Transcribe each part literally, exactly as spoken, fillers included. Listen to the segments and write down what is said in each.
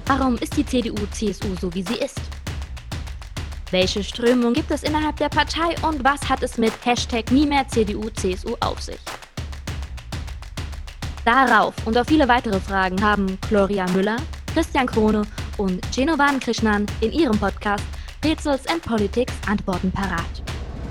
Warum ist die C D U-C S U so, wie sie ist? Welche Strömung gibt es innerhalb der Partei und was hat es mit Hashtag nie mehr C D U-C S U auf sich? Darauf und auf viele weitere Fragen haben Gloria Müller, Christian Krone und Genovan Krishnan in ihrem Podcast Pretzels and Politics Antworten parat.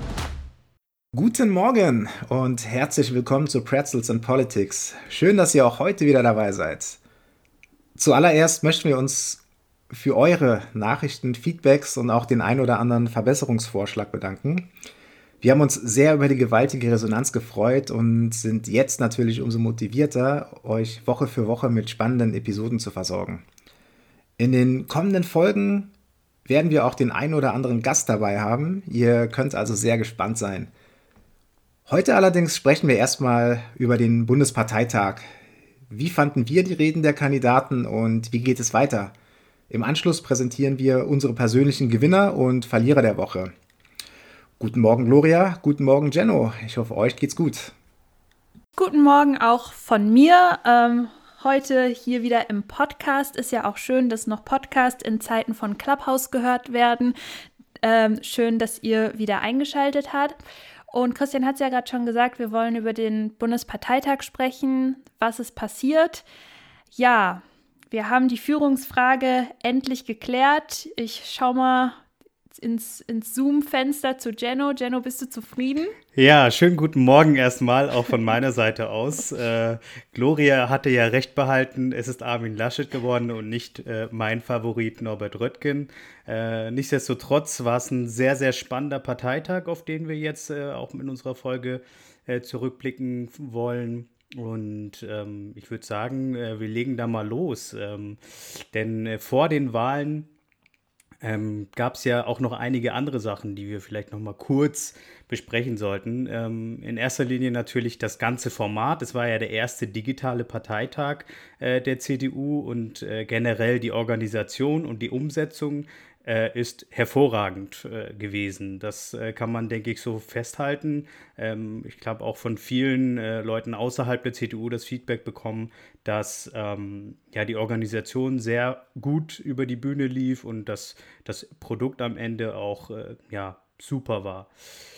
Guten Morgen und herzlich willkommen zu Pretzels and Politics. Schön, dass ihr auch heute wieder dabei seid. Zuallererst möchten wir uns für eure Nachrichten, Feedbacks und auch den ein oder anderen Verbesserungsvorschlag bedanken. Wir haben uns sehr über die gewaltige Resonanz gefreut und sind jetzt natürlich umso motivierter, euch Woche für Woche mit spannenden Episoden zu versorgen. In den kommenden Folgen werden wir auch den ein oder anderen Gast dabei haben. Ihr könnt also sehr gespannt sein. Heute allerdings sprechen wir erstmal über den Bundesparteitag. Wie fanden wir die Reden der Kandidaten und wie geht es weiter? Im Anschluss präsentieren wir unsere persönlichen Gewinner und Verlierer der Woche. Guten Morgen Gloria, guten Morgen Jenno. Ich hoffe, euch geht's gut. Guten Morgen auch von mir. Ähm, heute hier wieder im Podcast. Ist ja auch schön, dass noch Podcasts in Zeiten von Clubhouse gehört werden. Ähm, schön, dass ihr wieder eingeschaltet habt. Und Christian hat es ja gerade schon gesagt, wir wollen über den Bundesparteitag sprechen, was ist passiert. Ja, wir haben die Führungsfrage endlich geklärt. Ich schau mal ins, ins Zoom-Fenster zu Jenno. Jenno, bist du zufrieden? Ja, schönen guten Morgen erstmal, auch von meiner Seite aus. Äh, Gloria hatte ja recht behalten, es ist Armin Laschet geworden und nicht äh, mein Favorit Norbert Röttgen. Äh, nichtsdestotrotz war es ein sehr, sehr spannender Parteitag, auf den wir jetzt äh, auch in unserer Folge äh, zurückblicken wollen. Und ähm, ich würde sagen, äh, wir legen da mal los. Ähm, denn äh, vor den Wahlen Ähm, gab es ja auch noch einige andere Sachen, die wir vielleicht noch mal kurz besprechen sollten. Ähm, in erster Linie natürlich das ganze Format. Es war ja der erste digitale Parteitag äh, der C D U und äh, generell die Organisation und die Umsetzung äh, ist hervorragend äh, gewesen. Das äh, kann man, denke ich, so festhalten. Ähm, ich habe auch von vielen äh, Leuten außerhalb der C D U das Feedback bekommen, dass ähm, ja, die Organisation sehr gut über die Bühne lief und dass das Produkt am Ende auch äh, ja, super war.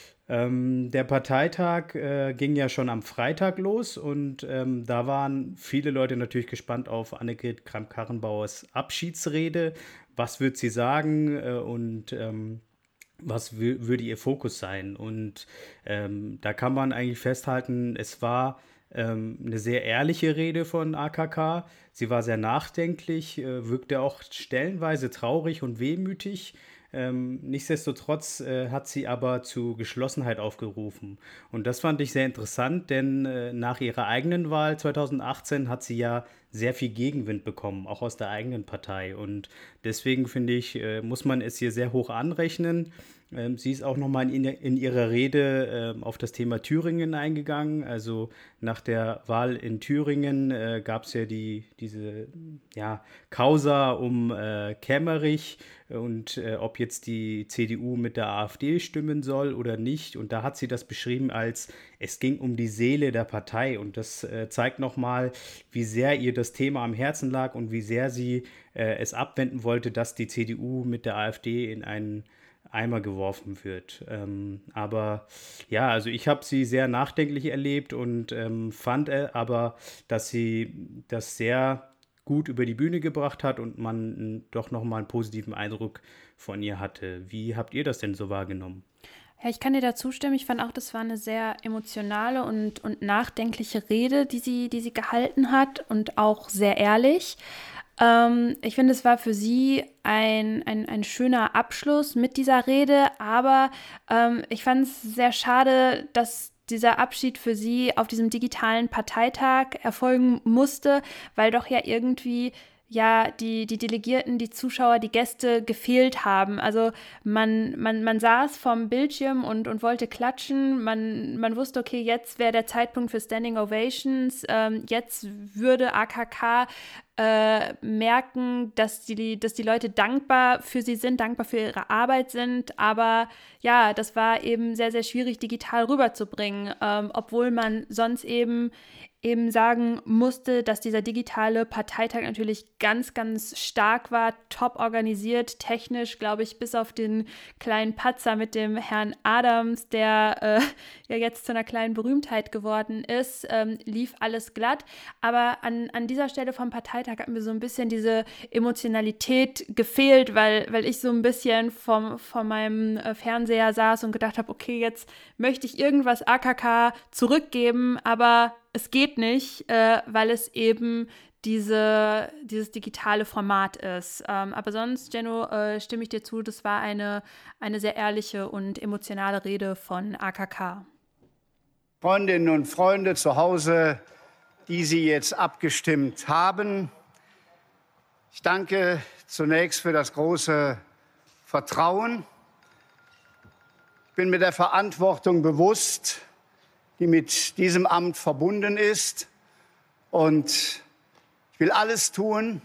Ähm, der Parteitag äh, ging ja schon am Freitag los und ähm, da waren viele Leute natürlich gespannt auf Annegret Kramp-Karrenbauers Abschiedsrede. Was wird sie sagen äh, und ähm, was w- würde ihr Fokus sein? Und ähm, da kann man eigentlich festhalten, es war ähm, eine sehr ehrliche Rede von A K K. Sie war sehr nachdenklich, äh, wirkte auch stellenweise traurig und wehmütig. Ähm, nichtsdestotrotz äh, hat sie aber zu Geschlossenheit aufgerufen. Und das fand ich sehr interessant, denn äh, nach ihrer eigenen Wahl zwanzig achtzehn hat sie ja sehr viel Gegenwind bekommen, auch aus der eigenen Partei. Und deswegen finde ich, äh, muss man es hier sehr hoch anrechnen. Ähm, sie ist auch nochmal in, in ihrer Rede äh, auf das Thema Thüringen eingegangen. Also nach der Wahl in Thüringen äh, gab es ja die, diese ja, Causa um äh, Kemmerich und äh, ob jetzt die C D U mit der AfD stimmen soll oder nicht. Und da hat sie das beschrieben als, es ging um die Seele der Partei. Und das äh, zeigt nochmal, wie sehr ihr das Thema am Herzen lag und wie sehr sie äh, es abwenden wollte, dass die C D U mit der AfD in einen Eimer geworfen wird. Ähm, aber ja, also ich habe sie sehr nachdenklich erlebt und ähm, fand äh, aber, dass sie das sehr gut über die Bühne gebracht hat und man n, doch nochmal einen positiven Eindruck von ihr hatte. Wie habt ihr das denn so wahrgenommen? Ja, ich kann dir da zustimmen. Ich fand auch, das war eine sehr emotionale und, und nachdenkliche Rede, die sie, die sie gehalten hat und auch sehr ehrlich. Ähm, ich finde, es war für sie ein, ein, ein schöner Abschluss mit dieser Rede, aber ähm, ich fand es sehr schade, dass dieser Abschied für sie auf diesem digitalen Parteitag erfolgen musste, weil doch ja irgendwie ja die, die Delegierten, die Zuschauer, die Gäste gefehlt haben. Also man, man, man saß vorm Bildschirm und, und wollte klatschen. Man, man wusste, okay, jetzt wäre der Zeitpunkt für Standing Ovations. Ähm, jetzt würde A K K äh, merken, dass die, dass die Leute dankbar für sie sind, dankbar für ihre Arbeit sind. Aber ja, das war eben sehr, sehr schwierig digital rüberzubringen, ähm, obwohl man sonst eben eben sagen musste, dass dieser digitale Parteitag natürlich ganz, ganz stark war, top organisiert, technisch, glaube ich, bis auf den kleinen Patzer mit dem Herrn Adams, der äh, ja jetzt zu einer kleinen Berühmtheit geworden ist, ähm, lief alles glatt. Aber an, an dieser Stelle vom Parteitag hat mir so ein bisschen diese Emotionalität gefehlt, weil, weil ich so ein bisschen vom, vor meinem äh, Fernseher saß und gedacht habe, okay, jetzt möchte ich irgendwas A K K zurückgeben, aber es geht nicht, äh, weil es eben diese, dieses digitale Format ist. Ähm, aber sonst, Jenno, äh, stimme ich dir zu, das war eine, eine sehr ehrliche und emotionale Rede von A K K. Freundinnen und Freunde zu Hause, die Sie jetzt abgestimmt haben, ich danke zunächst für das große Vertrauen. Ich bin mir der Verantwortung bewusst, die mit diesem Amt verbunden ist. Und ich will alles tun,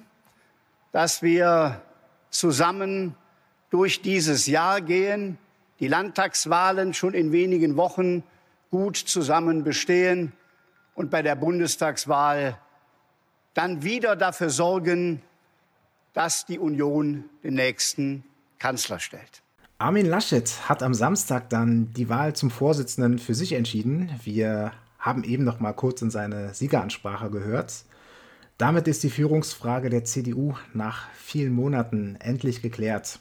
dass wir zusammen durch dieses Jahr gehen, die Landtagswahlen schon in wenigen Wochen gut zusammen bestehen und bei der Bundestagswahl dann wieder dafür sorgen, dass die Union den nächsten Kanzler stellt. Armin Laschet hat am Samstag dann die Wahl zum Vorsitzenden für sich entschieden. Wir haben eben noch mal kurz in seine Siegeransprache gehört. Damit ist die Führungsfrage der C D U nach vielen Monaten endlich geklärt.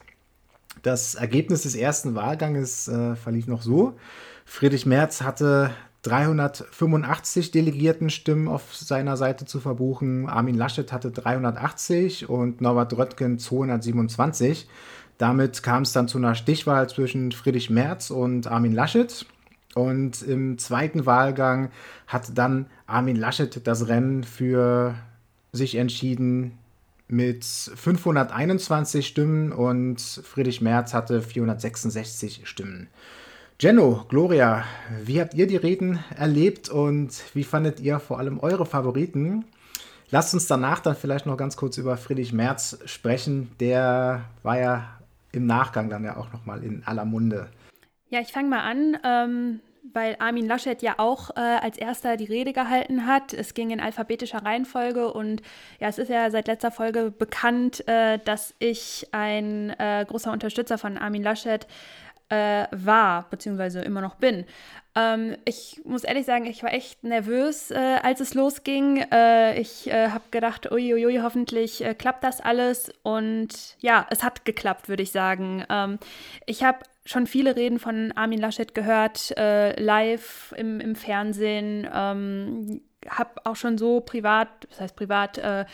Das Ergebnis des ersten Wahlganges äh, verlief noch so. Friedrich Merz hatte dreihundertfünfundachtzig Delegiertenstimmen auf seiner Seite zu verbuchen. Armin Laschet hatte dreihundertachtzig und Norbert Röttgen zweihundertsiebenundzwanzig. Damit kam es dann zu einer Stichwahl zwischen Friedrich Merz und Armin Laschet. Und im zweiten Wahlgang hat dann Armin Laschet das Rennen für sich entschieden mit fünfhunderteinundzwanzig Stimmen und Friedrich Merz hatte vierhundertsechsundsechzig Stimmen. Jenno, Gloria, wie habt ihr die Reden erlebt und wie fandet ihr vor allem eure Favoriten? Lasst uns danach dann vielleicht noch ganz kurz über Friedrich Merz sprechen. Der war ja im Nachgang dann ja auch nochmal in aller Munde. Ja, ich fange mal an, ähm, weil Armin Laschet ja auch äh, als erster die Rede gehalten hat. Es ging in alphabetischer Reihenfolge und ja, es ist ja seit letzter Folge bekannt, äh, dass ich ein äh, großer Unterstützer von Armin Laschet äh, war, beziehungsweise immer noch bin. Ähm, ich muss ehrlich sagen, ich war echt nervös, äh, als es losging. Äh, ich äh, habe gedacht, uiuiui, hoffentlich äh, klappt das alles. Und ja, es hat geklappt, würde ich sagen. Ähm, ich habe schon viele Reden von Armin Laschet gehört, äh, live im, im Fernsehen. Ähm, habe auch schon so privat, das heißt privat, äh,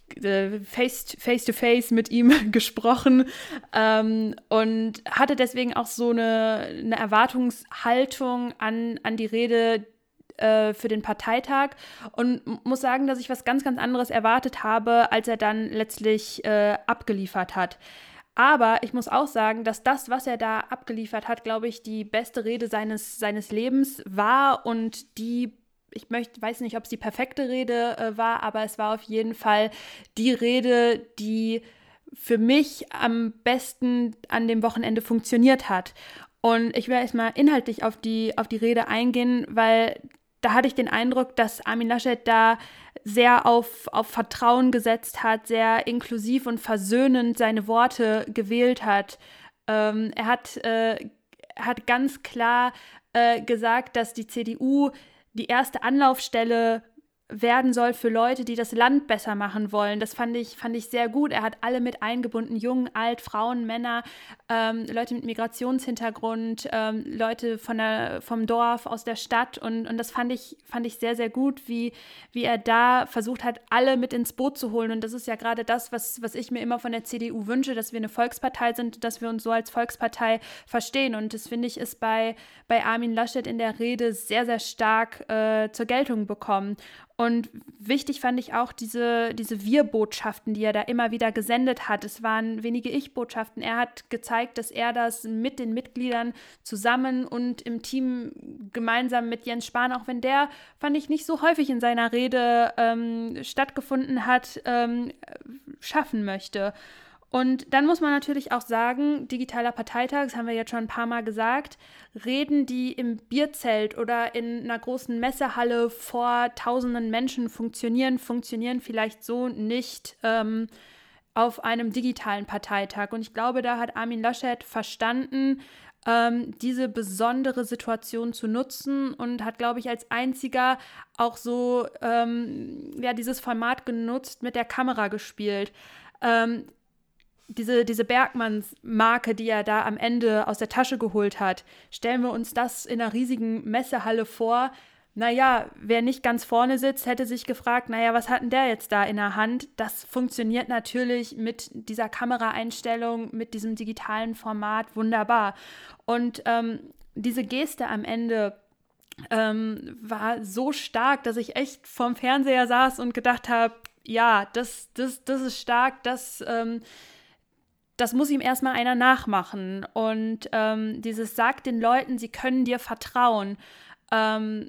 Face, face to face mit ihm gesprochen ähm, und hatte deswegen auch so eine, eine Erwartungshaltung an, an die Rede äh, für den Parteitag und muss sagen, dass ich was ganz, ganz anderes erwartet habe, als er dann letztlich äh, abgeliefert hat. Aber ich muss auch sagen, dass das, was er da abgeliefert hat, glaube ich, die beste Rede seines, seines Lebens war und die Ich möchte, weiß nicht, ob es die perfekte Rede äh, war, aber es war auf jeden Fall die Rede, die für mich am besten an dem Wochenende funktioniert hat. Und ich will erstmal inhaltlich auf die, auf die Rede eingehen, weil da hatte ich den Eindruck, dass Armin Laschet da sehr auf, auf Vertrauen gesetzt hat, sehr inklusiv und versöhnend seine Worte gewählt hat. Ähm, er hat, äh, hat ganz klar äh, gesagt, dass die C D U die erste Anlaufstelle werden soll für Leute, die das Land besser machen wollen. Das fand ich, fand ich sehr gut. Er hat alle mit eingebunden, jung, alt, Frauen, Männer, ähm, Leute mit Migrationshintergrund, ähm, Leute von der, vom Dorf, aus der Stadt. Und, und das fand ich, fand ich sehr, sehr gut, wie, wie er da versucht hat, alle mit ins Boot zu holen. Und das ist ja gerade das, was, was ich mir immer von der C D U wünsche, dass wir eine Volkspartei sind, dass wir uns so als Volkspartei verstehen. Und das, finde ich, ist bei, bei Armin Laschet in der Rede sehr, sehr stark äh, zur Geltung bekommen. Und wichtig fand ich auch diese, diese Wir-Botschaften, die er da immer wieder gesendet hat. Es waren wenige Ich-Botschaften. Er hat gezeigt, dass er das mit den Mitgliedern zusammen und im Team gemeinsam mit Jens Spahn, auch wenn der, fand ich, nicht so häufig in seiner Rede ähm, stattgefunden hat, ähm, schaffen möchte. Und dann muss man natürlich auch sagen, digitaler Parteitag, das haben wir jetzt schon ein paar Mal gesagt, Reden, die im Bierzelt oder in einer großen Messehalle vor tausenden Menschen funktionieren, funktionieren vielleicht so nicht ähm, auf einem digitalen Parteitag. Und ich glaube, da hat Armin Laschet verstanden, ähm, diese besondere Situation zu nutzen und hat, glaube ich, als einziger auch so ähm, ja, dieses Format genutzt, mit der Kamera gespielt. Ähm, Diese, diese Bergmanns-Marke, die er da am Ende aus der Tasche geholt hat, stellen wir uns das in einer riesigen Messehalle vor. Naja, wer nicht ganz vorne sitzt, hätte sich gefragt, naja, was hat denn der jetzt da in der Hand? Das funktioniert natürlich mit dieser Kameraeinstellung, mit diesem digitalen Format wunderbar. Und ähm, diese Geste am Ende ähm, war so stark, dass ich echt vorm Fernseher saß und gedacht habe, ja, das, das, das ist stark, das... Ähm, Das muss ihm erstmal einer nachmachen. Und ähm, dieses Sag den Leuten, sie können dir vertrauen, ähm,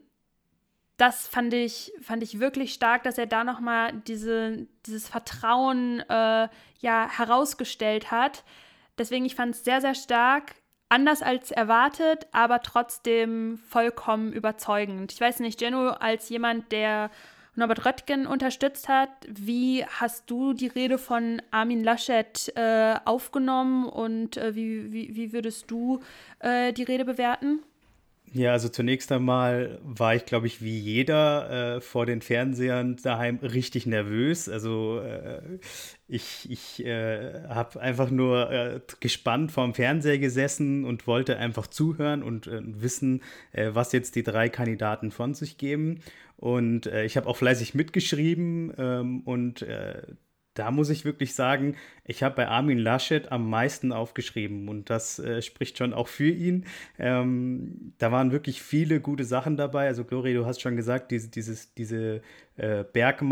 das fand ich, fand ich wirklich stark, dass er da nochmal diese, dieses Vertrauen äh, ja, herausgestellt hat. Deswegen, ich fand es sehr, sehr stark, anders als erwartet, aber trotzdem vollkommen überzeugend. Ich weiß nicht, Jenno, als jemand, der Norbert Röttgen unterstützt hat. Wie hast du die Rede von Armin Laschet äh, aufgenommen und äh, wie, wie, wie würdest du äh, die Rede bewerten? Ja, also zunächst einmal war ich, glaube ich, wie jeder äh, vor den Fernsehern daheim richtig nervös. Also äh, ich, ich äh, habe einfach nur äh, gespannt vorm Fernseher gesessen und wollte einfach zuhören und äh, wissen, äh, was jetzt die drei Kandidaten von sich geben. Und äh, ich habe auch fleißig mitgeschrieben ähm, und äh, da muss ich wirklich sagen, ich habe bei Armin Laschet am meisten aufgeschrieben und das äh, spricht schon auch für ihn. Ähm, da waren wirklich viele gute Sachen dabei. Also Gloria, du hast schon gesagt, diese, dieses, diese äh,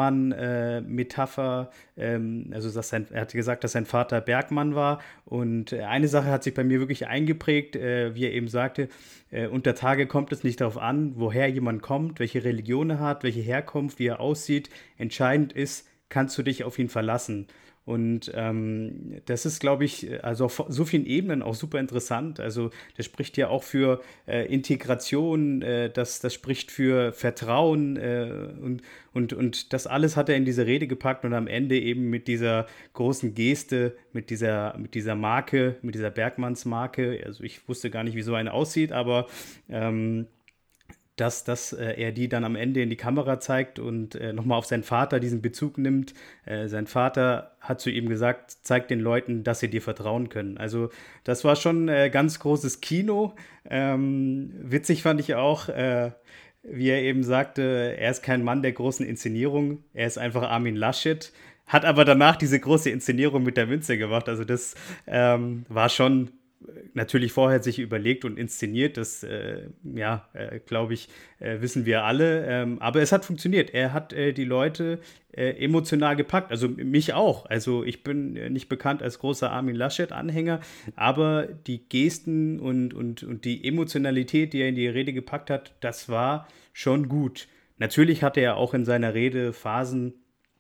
Bergmann-Metapher, äh, ähm, also dass sein, er hat gesagt, dass sein Vater Bergmann war und äh, eine Sache hat sich bei mir wirklich eingeprägt, äh, wie er eben sagte, äh, unter Tage kommt es nicht darauf an, woher jemand kommt, welche Religion er hat, welche Herkunft, wie er aussieht. Entscheidend ist, kannst du dich auf ihn verlassen. Und ähm, das ist, glaube ich, also auf so vielen Ebenen auch super interessant. Also das spricht ja auch für äh, Integration, äh, das, das spricht für Vertrauen äh, und, und, und das alles hat er in diese Rede gepackt und am Ende eben mit dieser großen Geste, mit dieser, mit dieser Marke, mit dieser Bergmanns-Marke. Also ich wusste gar nicht, wie so eine aussieht, aber ähm, dass, dass äh, er die dann am Ende in die Kamera zeigt und äh, nochmal auf seinen Vater diesen Bezug nimmt. Äh, sein Vater hat zu ihm gesagt, zeig den Leuten, dass sie dir vertrauen können. Also das war schon äh, ganz großes Kino. Ähm, witzig fand ich auch, äh, wie er eben sagte, er ist kein Mann der großen Inszenierung, er ist einfach Armin Laschet, hat aber danach diese große Inszenierung mit der Münze gemacht. Also das ähm, war schon natürlich vorher sich überlegt und inszeniert, das, äh, ja, äh, glaube ich, äh, wissen wir alle. Ähm, aber es hat funktioniert. Er hat äh, die Leute äh, emotional gepackt, also mich auch. Also ich bin äh, nicht bekannt als großer Armin Laschet-Anhänger, aber die Gesten und, und, und die Emotionalität, die er in die Rede gepackt hat, das war schon gut. Natürlich hatte er auch in seiner Rede Phasen,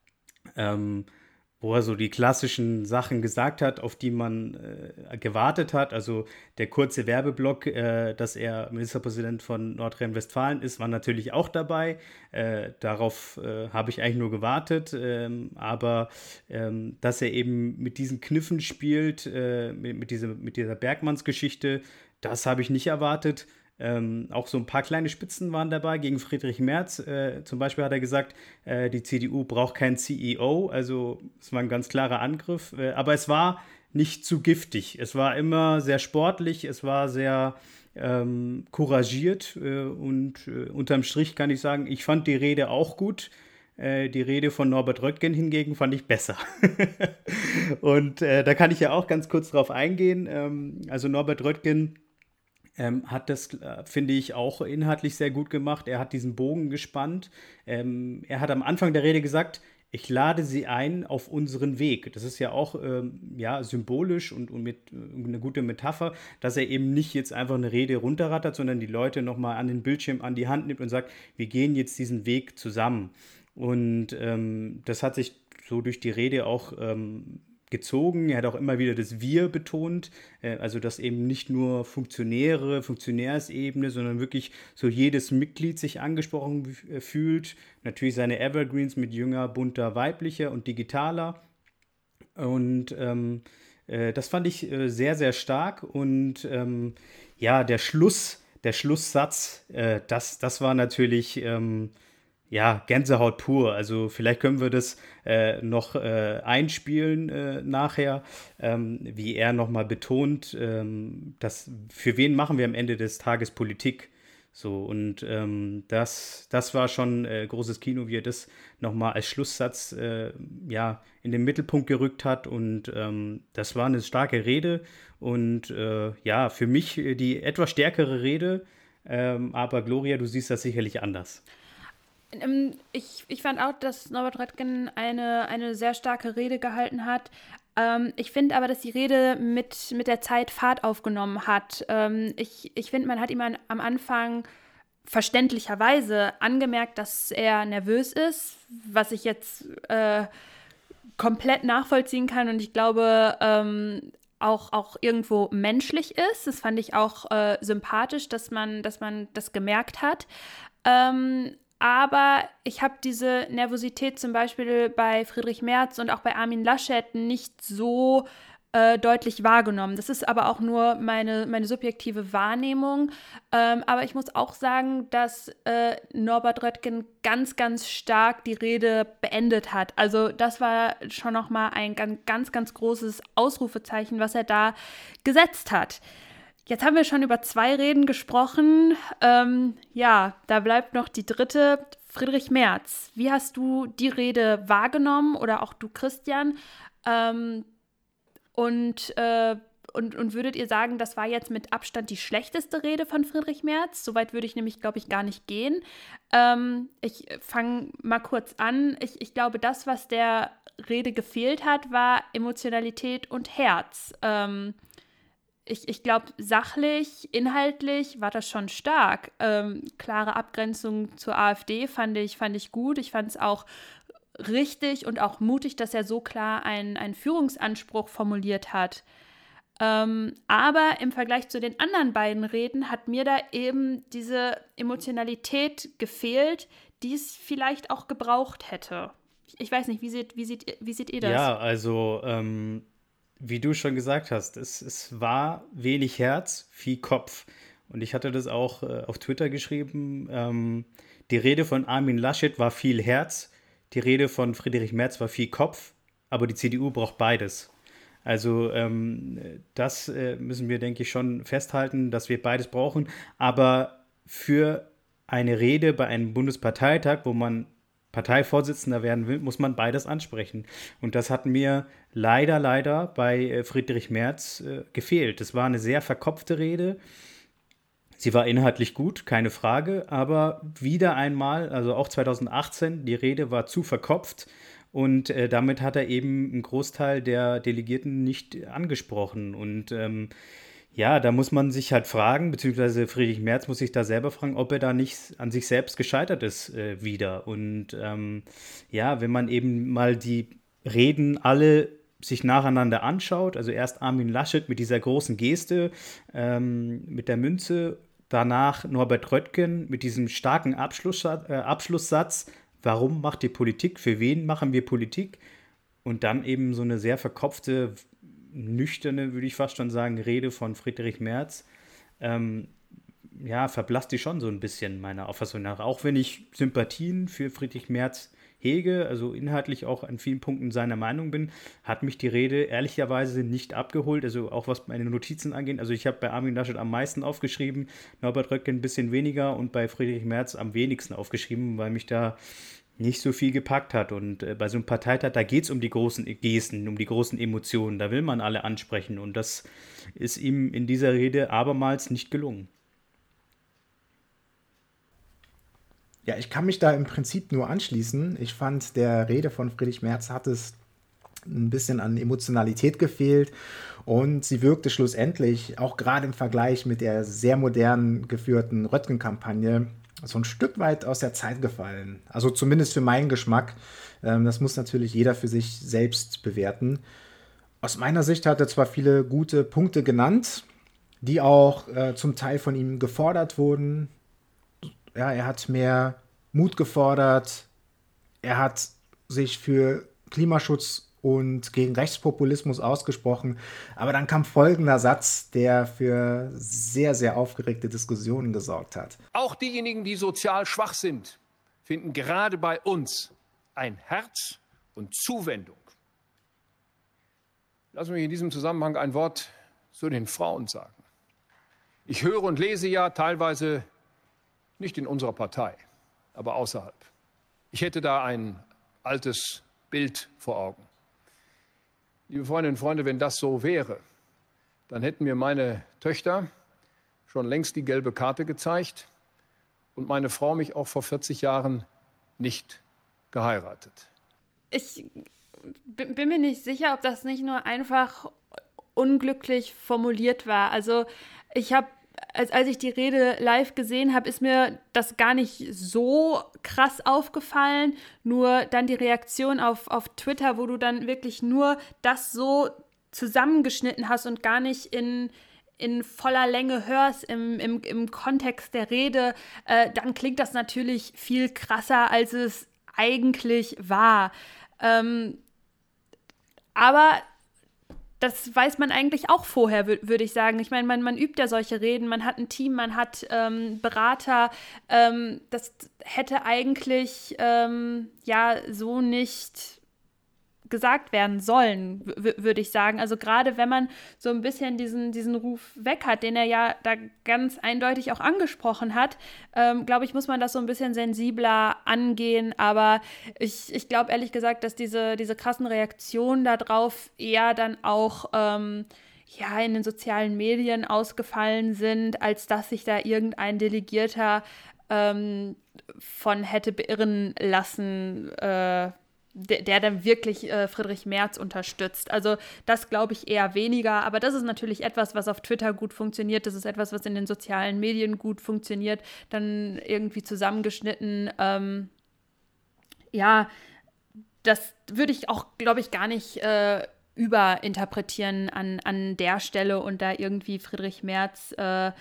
ähm, wo er so die klassischen Sachen gesagt hat, auf die man äh, gewartet hat. Also der kurze Werbeblock, äh, dass er Ministerpräsident von Nordrhein-Westfalen ist, war natürlich auch dabei. Äh, darauf äh, habe ich eigentlich nur gewartet. Ähm, aber ähm, dass er eben mit diesen Kniffen spielt, äh, mit, mit, diese, mit dieser Bergmanns-Geschichte, das habe ich nicht erwartet. Ähm, auch so ein paar kleine Spitzen waren dabei gegen Friedrich Merz. Äh, zum Beispiel hat er gesagt, äh, die C D U braucht keinen C E O. Also es war ein ganz klarer Angriff. Äh, aber es war nicht zu giftig. Es war immer sehr sportlich. Es war sehr ähm, couragiert. Äh, und äh, unterm Strich kann ich sagen, ich fand die Rede auch gut. Äh, die Rede von Norbert Röttgen hingegen fand ich besser. Und äh, da kann ich ja auch ganz kurz drauf eingehen. Ähm, also Norbert Röttgen Ähm, hat das, äh, finde ich, auch inhaltlich sehr gut gemacht. Er hat diesen Bogen gespannt. Ähm, er hat am Anfang der Rede gesagt, ich lade Sie ein auf unseren Weg. Das ist ja auch ähm, ja, symbolisch und, und mit, äh, eine gute Metapher, dass er eben nicht jetzt einfach eine Rede runterrattert, sondern die Leute nochmal an den Bildschirm an die Hand nimmt und sagt, wir gehen jetzt diesen Weg zusammen. Und ähm, das hat sich so durch die Rede auch ähm, gezogen. Er hat auch immer wieder das Wir betont, äh, also dass eben nicht nur Funktionäre, Funktionärsebene, sondern wirklich so jedes Mitglied sich angesprochen äh, fühlt. Natürlich seine Evergreens mit jünger, bunter, weiblicher und digitaler. Und ähm, äh, das fand ich äh, sehr, sehr stark. Und ähm, ja, der Schluss, der Schlusssatz, äh, das, das war natürlich ähm, ja, Gänsehaut pur. Also vielleicht können wir das äh, noch äh, einspielen äh, nachher, ähm, wie er nochmal betont, ähm, dass für wen machen wir am Ende des Tages Politik? So, und ähm, das, das war schon äh, großes Kino, wie er das nochmal als Schlusssatz äh, ja, in den Mittelpunkt gerückt hat. Und ähm, das war eine starke Rede und äh, ja, für mich die etwas stärkere Rede. Ähm, aber Gloria, du siehst das sicherlich anders. Ich, ich fand auch, dass Norbert Röttgen eine, eine sehr starke Rede gehalten hat. Ähm, ich finde aber, dass die Rede mit, mit der Zeit Fahrt aufgenommen hat. Ähm, ich ich finde, man hat ihm an, am Anfang verständlicherweise angemerkt, dass er nervös ist, was ich jetzt äh, komplett nachvollziehen kann und ich glaube, ähm, auch, auch irgendwo menschlich ist. Das fand ich auch äh, sympathisch, dass man, dass man das gemerkt hat. Ähm, Aber ich habe diese Nervosität zum Beispiel bei Friedrich Merz und auch bei Armin Laschet nicht so äh, deutlich wahrgenommen. Das ist aber auch nur meine, meine subjektive Wahrnehmung. Ähm, aber ich muss auch sagen, dass äh, Norbert Röttgen ganz, ganz stark die Rede beendet hat. Also das war schon nochmal ein ganz, ganz, ganz großes Ausrufezeichen, was er da gesetzt hat. Jetzt haben wir schon über zwei Reden gesprochen. Ähm, ja, da bleibt noch die dritte. Friedrich Merz, wie hast du die Rede wahrgenommen oder auch du, Christian? Ähm, und, äh, und, und würdet ihr sagen, das war jetzt mit Abstand die schlechteste Rede von Friedrich Merz? Soweit würde ich nämlich, glaube ich, gar nicht gehen. Ähm, ich fange mal kurz an. Ich, ich glaube, das, was der Rede gefehlt hat, war Emotionalität und Herz. Ähm, Ich, ich glaube, sachlich, inhaltlich war das schon stark. Ähm, klare Abgrenzung zur AfD fand ich, fand ich gut. Ich fand es auch richtig und auch mutig, dass er so klar einen, einen Führungsanspruch formuliert hat. Ähm, aber im Vergleich zu den anderen beiden Reden hat mir da eben diese Emotionalität gefehlt, die es vielleicht auch gebraucht hätte. Ich weiß nicht, wie seht, wie seht, wie seht ihr das? Ja, also ähm wie du schon gesagt hast, es, es war wenig Herz, viel Kopf. Und ich hatte das auch äh, auf Twitter geschrieben. Ähm, die Rede von Armin Laschet war viel Herz, die Rede von Friedrich Merz war viel Kopf, aber die C D U braucht beides. Also ähm, das äh, müssen wir, denke ich, schon festhalten, dass wir beides brauchen. Aber für eine Rede bei einem Bundesparteitag, wo man Parteivorsitzender werden will, muss man beides ansprechen. Und das hat mir leider, leider bei äh, Friedrich Merz äh, gefehlt. Das war eine sehr verkopfte Rede. Sie war inhaltlich gut, keine Frage, aber wieder einmal, also auch zwanzig achtzehn, die Rede war zu verkopft und äh, damit hat er eben einen Großteil der Delegierten nicht angesprochen. Und ähm, ja, da muss man sich halt fragen, beziehungsweise Friedrich Merz muss sich da selber fragen, ob er da nicht an sich selbst gescheitert ist äh, wieder. Und ähm, ja, wenn man eben mal die Reden alle sich nacheinander anschaut, also erst Armin Laschet mit dieser großen Geste, ähm, mit der Münze, danach Norbert Röttgen mit diesem starken Abschlusssatz, äh, Abschlusssatz, warum macht ihr Politik, für wen machen wir Politik? Und dann eben so eine sehr verkopfte, nüchterne, würde ich fast schon sagen, Rede von Friedrich Merz, ähm, ja, verblasst die schon so ein bisschen meiner Auffassung nach. Auch wenn ich Sympathien für Friedrich Merz hege, also inhaltlich auch an vielen Punkten seiner Meinung bin, hat mich die Rede ehrlicherweise nicht abgeholt, also auch was meine Notizen angeht. Also ich habe bei Armin Laschet am meisten aufgeschrieben, Norbert Röttgen ein bisschen weniger und bei Friedrich Merz am wenigsten aufgeschrieben, weil mich da nicht so viel gepackt hat. Und äh, bei so einem Parteitag, da geht es um die großen Gesten, um die großen Emotionen. Da will man alle ansprechen. Und das ist ihm in dieser Rede abermals nicht gelungen. Ja, ich kann mich da im Prinzip nur anschließen. Ich fand, der Rede von Friedrich Merz hat es ein bisschen an Emotionalität gefehlt. Und sie wirkte schlussendlich, auch gerade im Vergleich mit der sehr modern geführten Röttgen-Kampagne, so ein Stück weit aus der Zeit gefallen. Also zumindest für meinen Geschmack. Ähm, das muss natürlich jeder für sich selbst bewerten. Aus meiner Sicht hat er zwar viele gute Punkte genannt, die auch äh, zum Teil von ihm gefordert wurden. Ja, er hat mehr Mut gefordert. Er hat sich für Klimaschutz und gegen Rechtspopulismus ausgesprochen. Aber dann kam folgender Satz, der für sehr, sehr aufgeregte Diskussionen gesorgt hat. Auch diejenigen, die sozial schwach sind, finden gerade bei uns ein Herz und Zuwendung. Lass mich in diesem Zusammenhang ein Wort zu den Frauen sagen. Ich höre und lese ja teilweise nicht in unserer Partei, aber außerhalb. Ich hätte da ein altes Bild vor Augen. Liebe Freundinnen und Freunde, wenn das so wäre, dann hätten mir meine Töchter schon längst die gelbe Karte gezeigt und meine Frau mich auch vor vierzig Jahren nicht geheiratet. Ich bin mir nicht sicher, ob das nicht nur einfach unglücklich formuliert war. Also ich habe, als, als ich die Rede live gesehen habe, ist mir das gar nicht so krass aufgefallen. Nur dann die Reaktion auf, auf Twitter, wo du dann wirklich nur das so zusammengeschnitten hast und gar nicht in, in voller Länge hörst im, im, im Kontext der Rede, äh, dann klingt das natürlich viel krasser, als es eigentlich war. Ähm, aber das weiß man eigentlich auch vorher, wür- würde ich sagen. Ich meine, man, man übt ja solche Reden, man hat ein Team, man hat ähm, Berater. Ähm, das hätte eigentlich ähm, ja so nicht gesagt werden sollen, w- würde ich sagen. Also gerade wenn man so ein bisschen diesen, diesen Ruf weg hat, den er ja da ganz eindeutig auch angesprochen hat, ähm, glaube ich, muss man das so ein bisschen sensibler angehen. Aber ich, ich glaube ehrlich gesagt, dass diese, diese krassen Reaktionen darauf eher dann auch ähm, ja, in den sozialen Medien ausgefallen sind, als dass sich da irgendein Delegierter ähm, von hätte beirren lassen, äh, der, der dann wirklich äh, Friedrich Merz unterstützt. Also das glaube ich eher weniger, aber das ist natürlich etwas, was auf Twitter gut funktioniert, das ist etwas, was in den sozialen Medien gut funktioniert, dann irgendwie zusammengeschnitten. Ähm, ja, das würde ich auch, glaube ich, gar nicht äh, überinterpretieren an, an der Stelle und da irgendwie Friedrich Merz äh,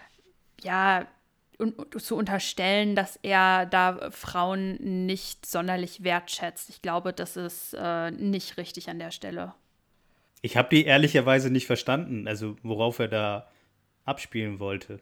ja un- zu unterstellen, dass er da Frauen nicht sonderlich wertschätzt. Ich glaube, das ist äh, nicht richtig an der Stelle. Ich habe die ehrlicherweise nicht verstanden, also worauf er da abspielen wollte.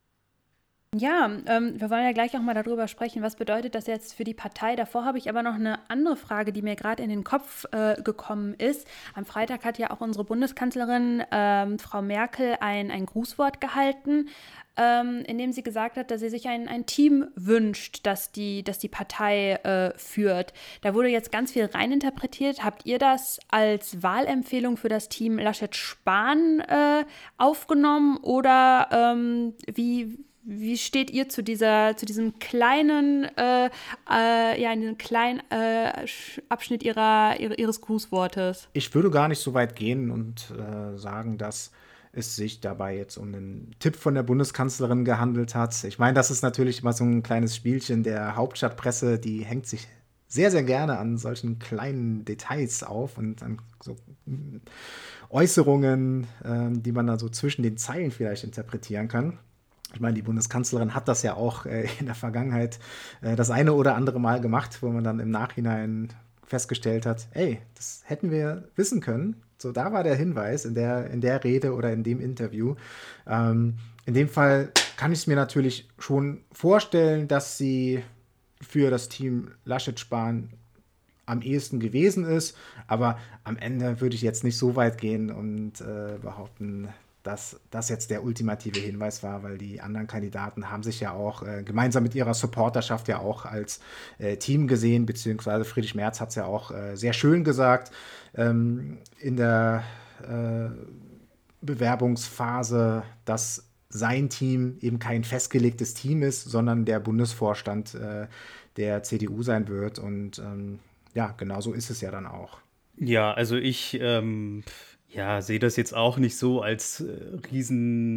Ja, ähm, wir wollen ja gleich auch mal darüber sprechen, was bedeutet das jetzt für die Partei. Davor habe ich aber noch eine andere Frage, die mir gerade in den Kopf äh, gekommen ist. Am Freitag hat ja auch unsere Bundeskanzlerin, ähm, Frau Merkel, ein, ein Grußwort gehalten, ähm, in dem sie gesagt hat, dass sie sich ein, ein Team wünscht, das die, das die Partei äh, führt. Da wurde jetzt ganz viel reininterpretiert. Habt ihr das als Wahlempfehlung für das Team Laschet-Spahn äh, aufgenommen oder ähm, wie Wie steht ihr zu dieser, zu diesem kleinen, äh, äh, ja, in diesem kleinen äh, Abschnitt ihrer, ihrer, ihres Grußwortes? Ich würde gar nicht so weit gehen und äh, sagen, dass es sich dabei jetzt um einen Tipp von der Bundeskanzlerin gehandelt hat. Ich meine, das ist natürlich immer so ein kleines Spielchen der Hauptstadtpresse, die hängt sich sehr, sehr gerne an solchen kleinen Details auf und an so mm, Äußerungen, äh, die man da so zwischen den Zeilen vielleicht interpretieren kann. Ich meine, die Bundeskanzlerin hat das ja auch äh, in der Vergangenheit äh, das eine oder andere Mal gemacht, wo man dann im Nachhinein festgestellt hat, ey, das hätten wir wissen können. So, da war der Hinweis in der, in der Rede oder in dem Interview. Ähm, in dem Fall kann ich es mir natürlich schon vorstellen, dass sie für das Team Laschet-Spahn am ehesten gewesen ist. Aber am Ende würde ich jetzt nicht so weit gehen und äh, behaupten, dass das jetzt der ultimative Hinweis war, weil die anderen Kandidaten haben sich ja auch äh, gemeinsam mit ihrer Supporterschaft ja auch als äh, Team gesehen, beziehungsweise Friedrich Merz hat es ja auch äh, sehr schön gesagt ähm, in der äh, Bewerbungsphase, dass sein Team eben kein festgelegtes Team ist, sondern der Bundesvorstand äh, der C D U sein wird und ähm, ja, genau so ist es ja dann auch. Ja, also ich ähm, ja, sehe das jetzt auch nicht so als äh, riesen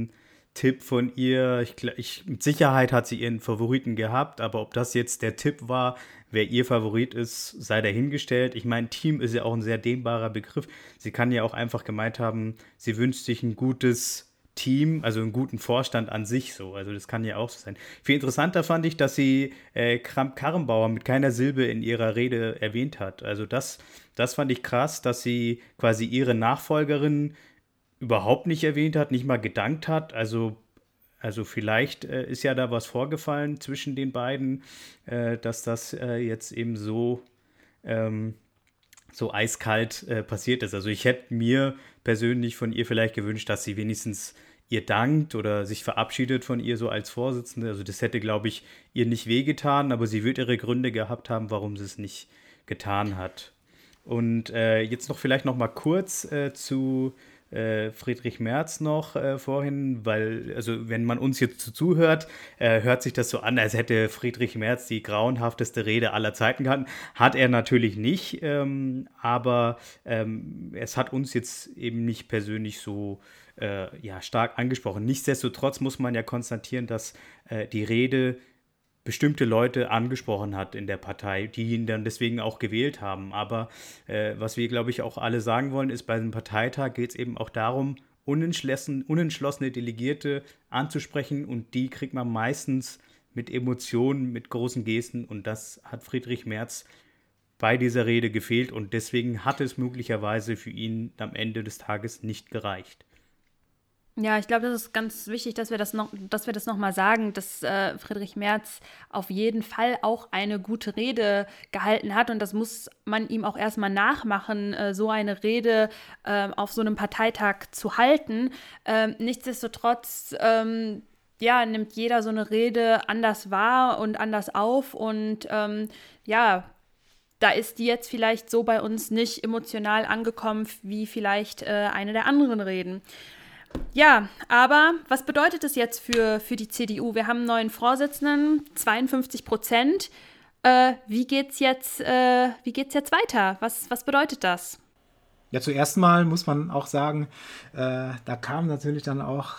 Tipp von ihr. Ich, ich, mit Sicherheit hat sie ihren Favoriten gehabt, aber ob das jetzt der Tipp war, wer ihr Favorit ist, sei dahingestellt. Ich meine, Team ist ja auch ein sehr dehnbarer Begriff. Sie kann ja auch einfach gemeint haben, sie wünscht sich ein gutes Team, also einen guten Vorstand an sich so. Also das kann ja auch so sein. Viel interessanter fand ich, dass sie äh, Kramp-Karrenbauer mit keiner Silbe in ihrer Rede erwähnt hat. Also das, das fand ich krass, dass sie quasi ihre Nachfolgerin überhaupt nicht erwähnt hat, nicht mal gedankt hat. Also, also vielleicht äh, ist ja da was vorgefallen zwischen den beiden, äh, dass das äh, jetzt eben so, ähm, so eiskalt äh, passiert ist. Also ich hätte mir persönlich von ihr vielleicht gewünscht, dass sie wenigstens ihr dankt oder sich verabschiedet von ihr so als Vorsitzende. Also das hätte, glaube ich, ihr nicht wehgetan, aber sie wird ihre Gründe gehabt haben, warum sie es nicht getan hat. Und äh, jetzt noch vielleicht noch mal kurz äh, zu Friedrich Merz noch äh, vorhin, weil, also wenn man uns jetzt so zuhört, äh, hört sich das so an, als hätte Friedrich Merz die grauenhafteste Rede aller Zeiten gehalten. Hat er natürlich nicht, ähm, aber ähm, es hat uns jetzt eben nicht persönlich so äh, ja, stark angesprochen. Nichtsdestotrotz muss man ja konstatieren, dass äh, die Rede bestimmte Leute angesprochen hat in der Partei, die ihn dann deswegen auch gewählt haben. Aber äh, was wir, glaube ich, auch alle sagen wollen, ist, bei einem Parteitag geht es eben auch darum, unentschlossen, unentschlossene Delegierte anzusprechen, und die kriegt man meistens mit Emotionen, mit großen Gesten, und das hat Friedrich Merz bei dieser Rede gefehlt, und deswegen hat es möglicherweise für ihn am Ende des Tages nicht gereicht. Ja, ich glaube, das ist ganz wichtig, dass wir das noch, dass wir das nochmal sagen, dass äh, Friedrich Merz auf jeden Fall auch eine gute Rede gehalten hat, und das muss man ihm auch erstmal nachmachen, äh, so eine Rede äh, auf so einem Parteitag zu halten. Ähm, nichtsdestotrotz ähm, ja, nimmt jeder so eine Rede anders wahr und anders auf, und ähm, ja, da ist die jetzt vielleicht so bei uns nicht emotional angekommen wie vielleicht äh, eine der anderen Reden. Ja, aber was bedeutet das jetzt für, für die C D U? Wir haben einen neuen Vorsitzenden, zweiundfünfzig Prozent. Äh, wie geht's jetzt, äh, wie geht's jetzt weiter? Was, was bedeutet das? Ja, zuerst mal muss man auch sagen, äh, da kam natürlich dann auch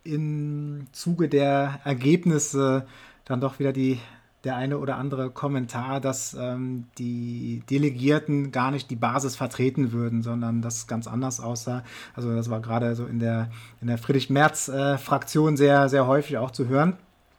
im Zuge der Ergebnisse dann doch wieder die der eine oder andere Kommentar, dass ähm, die Delegierten gar nicht die Basis vertreten würden, sondern das ganz anders aussah. Also das war gerade so in der, in der Friedrich-Merz-Fraktion äh, sehr, sehr häufig auch zu hören.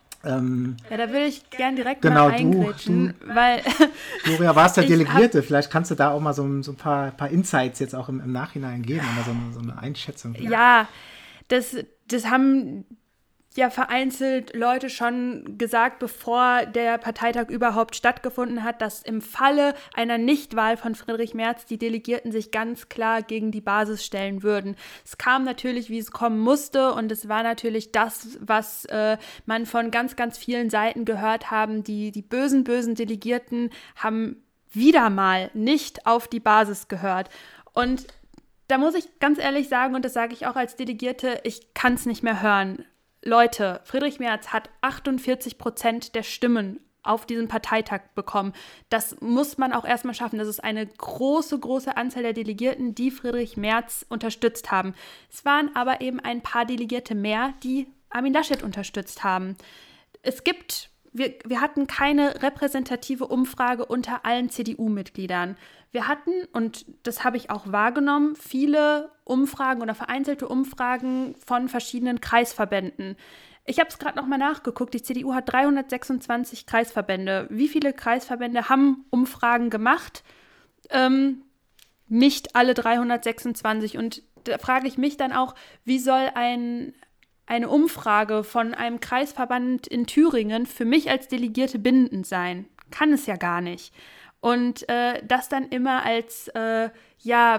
Ähm, ja, da würde ich gern direkt genau, mal eingrätschen, du, du, weil Gloria, warst der Delegierte. Hab, Vielleicht kannst du da auch mal so, so ein paar, paar Insights jetzt auch im, im Nachhinein geben, oder so eine, so eine Einschätzung. Ja, das, das haben ja vereinzelt Leute schon gesagt, bevor der Parteitag überhaupt stattgefunden hat, dass im Falle einer Nichtwahl von Friedrich Merz die Delegierten sich ganz klar gegen die Basis stellen würden. Es kam natürlich, wie es kommen musste, und es war natürlich das, was äh, man von ganz, ganz vielen Seiten gehört haben. Die, die bösen, bösen Delegierten haben wieder mal nicht auf die Basis gehört. Und da muss ich ganz ehrlich sagen, und das sage ich auch als Delegierte, ich kann es nicht mehr hören. Leute, Friedrich Merz hat achtundvierzig Prozent der Stimmen auf diesem Parteitag bekommen. Das muss man auch erstmal schaffen. Das ist eine große, große Anzahl der Delegierten, die Friedrich Merz unterstützt haben. Es waren aber eben ein paar Delegierte mehr, die Armin Laschet unterstützt haben. Es gibt, wir, wir hatten keine repräsentative Umfrage unter allen C D U-Mitgliedern. Wir hatten, und das habe ich auch wahrgenommen, viele Umfragen oder vereinzelte Umfragen von verschiedenen Kreisverbänden. Ich habe es gerade noch mal nachgeguckt, die C D U hat dreihundertsechsundzwanzig Kreisverbände. Wie viele Kreisverbände haben Umfragen gemacht? Ähm, nicht alle dreihundertsechsundzwanzig. Und da frage ich mich dann auch, wie soll ein, eine Umfrage von einem Kreisverband in Thüringen für mich als Delegierte bindend sein? Kann es ja gar nicht. Und äh, das dann immer als äh, ja,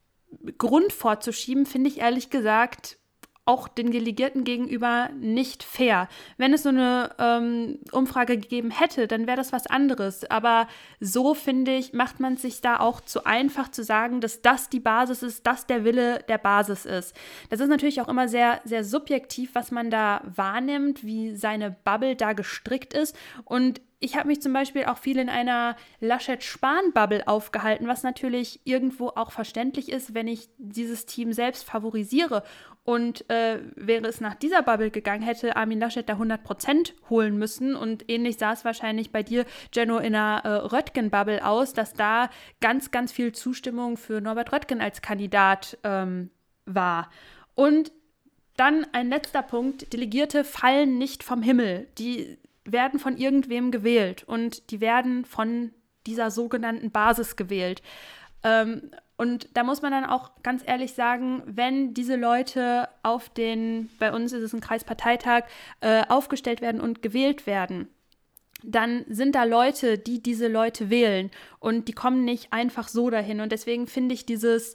Grund vorzuschieben, finde ich ehrlich gesagt auch den Delegierten gegenüber nicht fair. Wenn es so eine ähm, Umfrage gegeben hätte, dann wäre das was anderes. Aber so, finde ich, macht man es sich da auch zu einfach zu sagen, dass das die Basis ist, dass der Wille der Basis ist. Das ist natürlich auch immer sehr, sehr subjektiv, was man da wahrnimmt, wie seine Bubble da gestrickt ist. Und ich habe mich zum Beispiel auch viel in einer Laschet-Spahn-Bubble aufgehalten, was natürlich irgendwo auch verständlich ist, wenn ich dieses Team selbst favorisiere. Und äh, wäre es nach dieser Bubble gegangen, hätte Armin Laschet da hundert Prozent holen müssen. Und ähnlich sah es wahrscheinlich bei dir, Jenno, in einer äh, Röttgen-Bubble aus, dass da ganz, ganz viel Zustimmung für Norbert Röttgen als Kandidat ähm, war. Und dann ein letzter Punkt: Delegierte fallen nicht vom Himmel. Die werden von irgendwem gewählt und die werden von dieser sogenannten Basis gewählt. Ähm, und da muss man dann auch ganz ehrlich sagen, wenn diese Leute auf den, bei uns ist es ein Kreisparteitag, äh, aufgestellt werden und gewählt werden, dann sind da Leute, die diese Leute wählen und die kommen nicht einfach so dahin. Und deswegen finde ich dieses,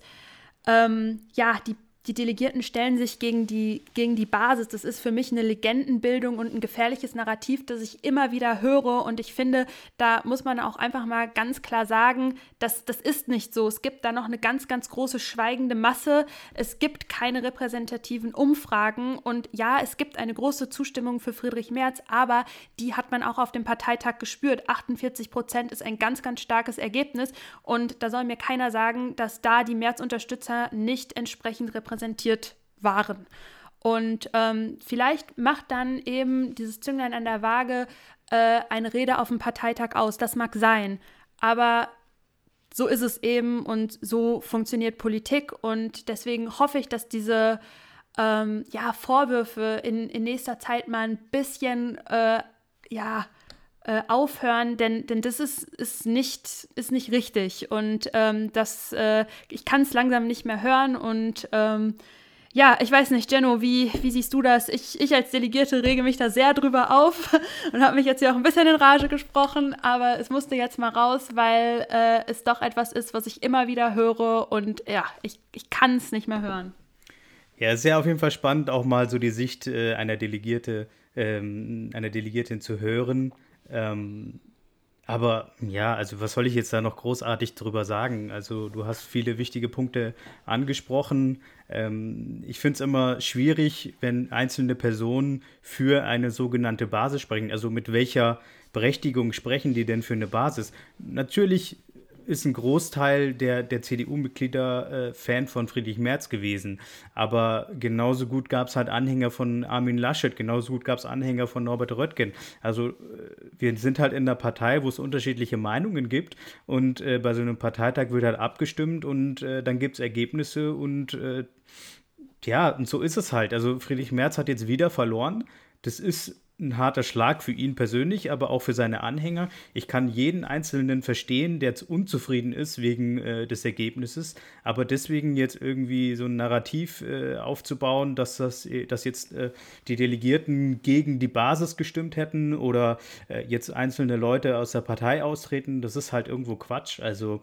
ähm, ja, die Die Delegierten stellen sich gegen die, gegen die Basis. Das ist für mich eine Legendenbildung und ein gefährliches Narrativ, das ich immer wieder höre. Und ich finde, da muss man auch einfach mal ganz klar sagen, dass das ist nicht so. Es gibt da noch eine ganz, ganz große schweigende Masse. Es gibt keine repräsentativen Umfragen. Und ja, es gibt eine große Zustimmung für Friedrich Merz, aber die hat man auch auf dem Parteitag gespürt. achtundvierzig Prozent ist ein ganz, ganz starkes Ergebnis. Und da soll mir keiner sagen, dass da die Merz-Unterstützer nicht entsprechend repräsentiert repräsentiert waren. Und ähm, vielleicht macht dann eben dieses Zünglein an der Waage äh, eine Rede auf dem Parteitag aus. Das mag sein, aber so ist es eben und so funktioniert Politik. Und deswegen hoffe ich, dass diese ähm, ja, Vorwürfe in, in nächster Zeit mal ein bisschen äh, ja, äh, aufhören, denn, denn das ist, ist, nicht, ist nicht richtig. Und ähm, das, äh, ich kann es langsam nicht mehr hören. Und ähm, ja, ich weiß nicht, Jenno, wie, wie siehst du das? Ich, ich als Delegierte rege mich da sehr drüber auf und habe mich jetzt ja auch ein bisschen in Rage gesprochen, aber es musste jetzt mal raus, weil äh, es doch etwas ist, was ich immer wieder höre und ja, ich, ich kann es nicht mehr hören. Ja, es ist ja auf jeden Fall spannend, auch mal so die Sicht äh, einer Delegierte, ähm, einer Delegierten zu hören. Ähm, aber ja, also was soll ich jetzt da noch großartig drüber sagen? Also du hast viele wichtige Punkte angesprochen. Ähm, ich finde es immer schwierig, wenn einzelne Personen für eine sogenannte Basis sprechen. Also mit welcher Berechtigung sprechen die denn für eine Basis? Natürlich ist ein Großteil der, der C D U-Mitglieder äh, Fan von Friedrich Merz gewesen. Aber genauso gut gab es halt Anhänger von Armin Laschet, genauso gut gab es Anhänger von Norbert Röttgen. Also äh, wir sind halt in einer Partei, wo es unterschiedliche Meinungen gibt und äh, bei so einem Parteitag wird halt abgestimmt und äh, dann gibt es Ergebnisse und äh, ja, und so ist es halt. Also Friedrich Merz hat jetzt wieder verloren. Das ist ein harter Schlag für ihn persönlich, aber auch für seine Anhänger. Ich kann jeden Einzelnen verstehen, der jetzt unzufrieden ist wegen äh, des Ergebnisses, aber deswegen jetzt irgendwie so ein Narrativ äh, aufzubauen, dass, das, dass jetzt äh, die Delegierten gegen die Basis gestimmt hätten oder äh, jetzt einzelne Leute aus der Partei austreten, das ist halt irgendwo Quatsch. Also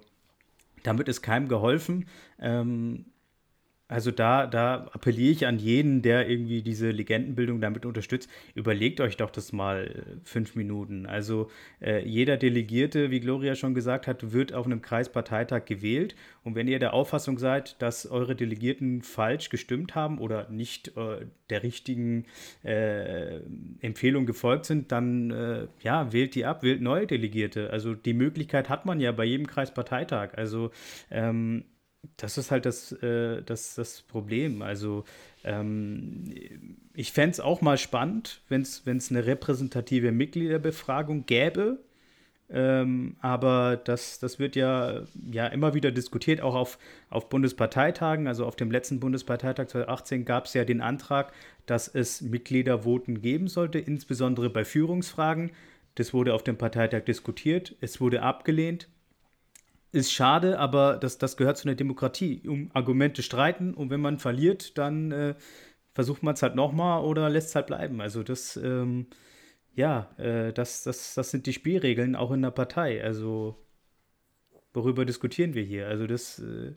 damit ist keinem geholfen. Ähm, Also da, da appelliere ich an jeden, der irgendwie diese Legendenbildung damit unterstützt, überlegt euch doch das mal äh, fünf Minuten. Also äh, jeder Delegierte, wie Gloria schon gesagt hat, wird auf einem Kreisparteitag gewählt. Und wenn ihr der Auffassung seid, dass eure Delegierten falsch gestimmt haben oder nicht äh, der richtigen äh, Empfehlung gefolgt sind, dann äh, ja, wählt die ab, wählt neue Delegierte. Also die Möglichkeit hat man ja bei jedem Kreisparteitag. Also ähm, Das ist halt das, äh, das, das Problem. Also ähm, ich fände es auch mal spannend, wenn es eine repräsentative Mitgliederbefragung gäbe. Ähm, aber das, das wird ja, ja immer wieder diskutiert, auch auf, auf Bundesparteitagen. Also auf dem letzten Bundesparteitag zweitausendachtzehn gab es ja den Antrag, dass es Mitgliedervoten geben sollte, insbesondere bei Führungsfragen. Das wurde auf dem Parteitag diskutiert. Es wurde abgelehnt. Ist schade, aber das, das gehört zu einer Demokratie. Um Argumente streiten und wenn man verliert, dann äh, versucht man es halt nochmal oder lässt es halt bleiben. Also das, ähm, ja, äh, das, das, das sind die Spielregeln auch in der Partei. Also worüber diskutieren wir hier? Also das, äh,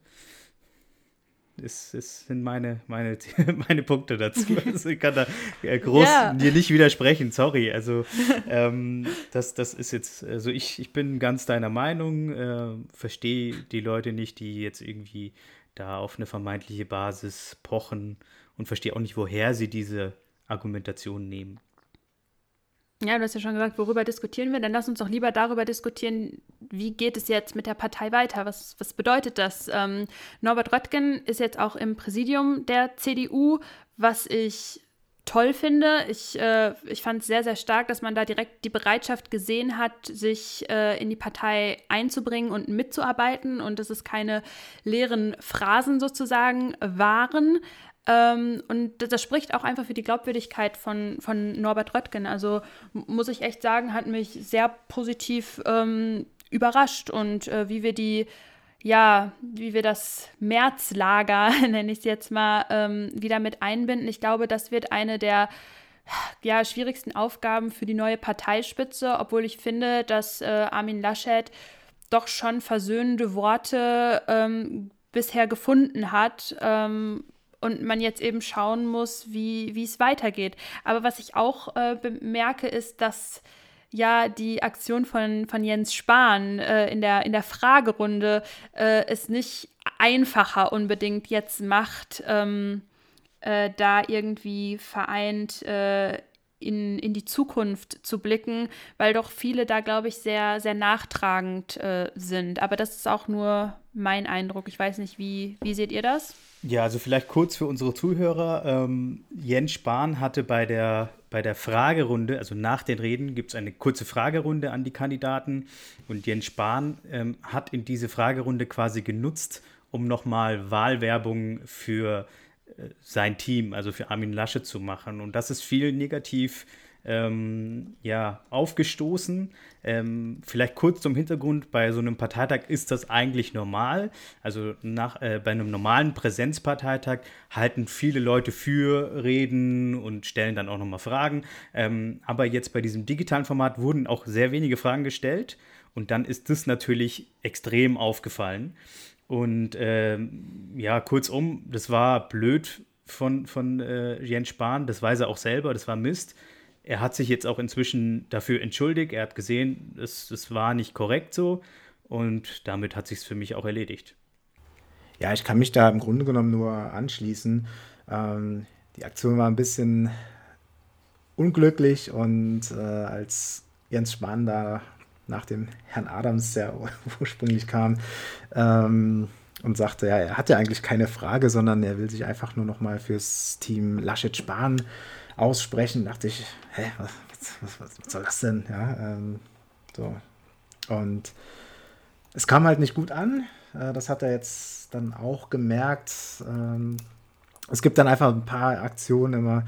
das, das sind meine, meine, meine Punkte dazu. Also ich kann da äh, groß Ja. dir nicht widersprechen, sorry. Also ähm, das, das ist jetzt, also ich, ich bin ganz deiner Meinung, äh, verstehe die Leute nicht, die jetzt irgendwie da auf eine vermeintliche Basis pochen und verstehe auch nicht, woher sie diese Argumentation nehmen. Ja, du hast ja schon gesagt, worüber diskutieren wir? Dann lass uns doch lieber darüber diskutieren, wie geht es jetzt mit der Partei weiter? Was, was bedeutet das? Ähm, Norbert Röttgen ist jetzt auch im Präsidium der C D U, was ich toll finde. Ich, äh, ich fand es sehr, sehr stark, dass man da direkt die Bereitschaft gesehen hat, sich äh, in die Partei einzubringen und mitzuarbeiten und dass es keine leeren Phrasen sozusagen waren. Ähm, und das spricht auch einfach für die Glaubwürdigkeit von, von Norbert Röttgen. Also muss ich echt sagen, hat mich sehr positiv ähm, überrascht und äh, wie wir die ja, wie wir das Märzlager, nenne ich es jetzt mal, ähm, wieder mit einbinden. Ich glaube, das wird eine der ja, schwierigsten Aufgaben für die neue Parteispitze, obwohl ich finde, dass äh, Armin Laschet doch schon versöhnende Worte ähm, bisher gefunden hat ähm, und man jetzt eben schauen muss, wie wie es weitergeht. Aber was ich auch äh, bemerke, ist, dass ja, die Aktion von, von Jens Spahn äh, in der, in der Fragerunde äh, es nicht einfacher unbedingt jetzt macht, ähm, äh, da irgendwie vereint äh, in, in die Zukunft zu blicken, weil doch viele da, glaube ich, sehr, sehr nachtragend äh, sind. Aber das ist auch nur mein Eindruck. Ich weiß nicht, wie, wie seht ihr das? Ja, also vielleicht kurz für unsere Zuhörer. Ähm, Jens Spahn hatte bei der, bei der Fragerunde, also nach den Reden, gibt es eine kurze Fragerunde an die Kandidaten. Und Jens Spahn ähm, hat in diese Fragerunde quasi genutzt, um nochmal Wahlwerbung für äh, sein Team, also für Armin Laschet zu machen. Und das ist viel negativ ähm, ja, aufgestoßen. Ähm, vielleicht kurz zum Hintergrund, bei so einem Parteitag ist das eigentlich normal. Also nach, äh, bei einem normalen Präsenzparteitag halten viele Leute für Reden und stellen dann auch nochmal Fragen. Ähm, aber jetzt bei diesem digitalen Format wurden auch sehr wenige Fragen gestellt und dann ist das natürlich extrem aufgefallen. Und ähm, ja, kurzum, das war blöd von, von äh, Jens Spahn, das weiß er auch selber, das war Mist. Er hat sich jetzt auch inzwischen dafür entschuldigt. Er hat gesehen, das, das war nicht korrekt so. Und damit hat sich es für mich auch erledigt. Ja, ich kann mich da im Grunde genommen nur anschließen. Ähm, die Aktion war ein bisschen unglücklich und äh, als Jens Spahn da nach dem Herrn Adams, der ursprünglich kam, ähm, und sagte, ja, er hatte eigentlich keine Frage, sondern er will sich einfach nur noch mal fürs Team Laschet-Spahn aussprechen, dachte ich, hä, was, was, was, was soll das denn? Ja, ähm, so. Und es kam halt nicht gut an. Äh, das hat er jetzt dann auch gemerkt. Ähm, es gibt dann einfach ein paar Aktionen immer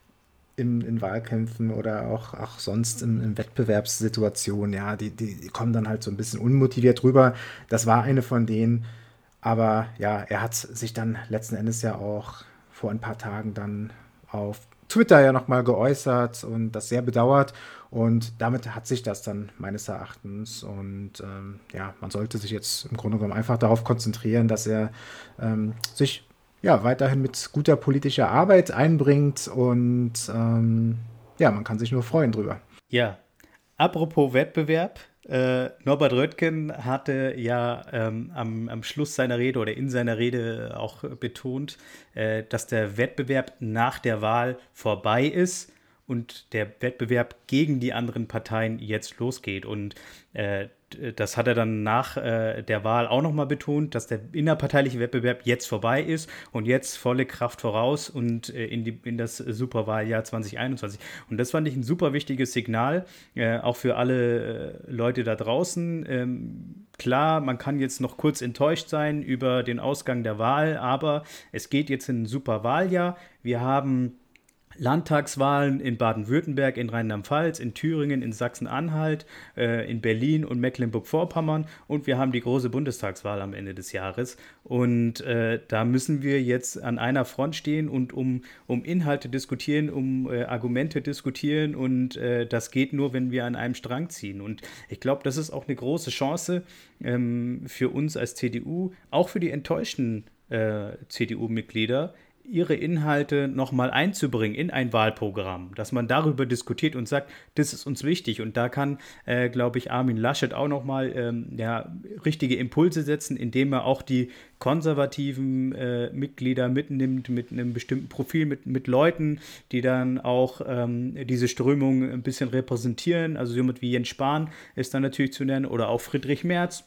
in, in Wahlkämpfen oder auch, auch sonst in, in Wettbewerbssituationen, ja, die, die, die kommen dann halt so ein bisschen unmotiviert rüber. Das war eine von denen. Aber ja, er hat sich dann letzten Endes ja auch vor ein paar Tagen dann auf Twitter ja nochmal geäußert und das sehr bedauert und damit hat sich das dann meines Erachtens und ähm, ja, man sollte sich jetzt im Grunde genommen einfach darauf konzentrieren, dass er ähm, sich ja weiterhin mit guter politischer Arbeit einbringt und ähm, ja, man kann sich nur freuen drüber. Ja, apropos Wettbewerb, äh, Norbert Röttgen hatte ja ähm, am, am Schluss seiner Rede oder in seiner Rede auch betont, äh, dass der Wettbewerb nach der Wahl vorbei ist und der Wettbewerb gegen die anderen Parteien jetzt losgeht. Und äh, das hat er dann nach äh, der Wahl auch nochmal betont, dass der innerparteiliche Wettbewerb jetzt vorbei ist und jetzt volle Kraft voraus und äh, in, die, in das Superwahljahr zwanzig einundzwanzig. Und das fand ich ein super wichtiges Signal, äh, auch für alle äh, Leute da draußen. Ähm, klar, man kann jetzt noch kurz enttäuscht sein über den Ausgang der Wahl, aber es geht jetzt in ein Superwahljahr. Wir haben Landtagswahlen in Baden-Württemberg, in Rheinland-Pfalz, in Thüringen, in Sachsen-Anhalt, äh, in Berlin und Mecklenburg-Vorpommern und wir haben die große Bundestagswahl am Ende des Jahres. Und äh, da müssen wir jetzt an einer Front stehen und um, um Inhalte diskutieren, um äh, Argumente diskutieren und äh, das geht nur, wenn wir an einem Strang ziehen. Und ich glaube, das ist auch eine große Chance ähm, für uns als C D U, auch für die enttäuschten äh, C D U-Mitglieder, ihre Inhalte nochmal einzubringen in ein Wahlprogramm, dass man darüber diskutiert und sagt, das ist uns wichtig. Und da kann, äh, glaube ich, Armin Laschet auch nochmal ähm, ja, richtige Impulse setzen, indem er auch die konservativen äh, Mitglieder mitnimmt mit einem bestimmten Profil, mit, mit Leuten, die dann auch ähm, diese Strömung ein bisschen repräsentieren. Also jemand wie Jens Spahn ist dann natürlich zu nennen oder auch Friedrich Merz.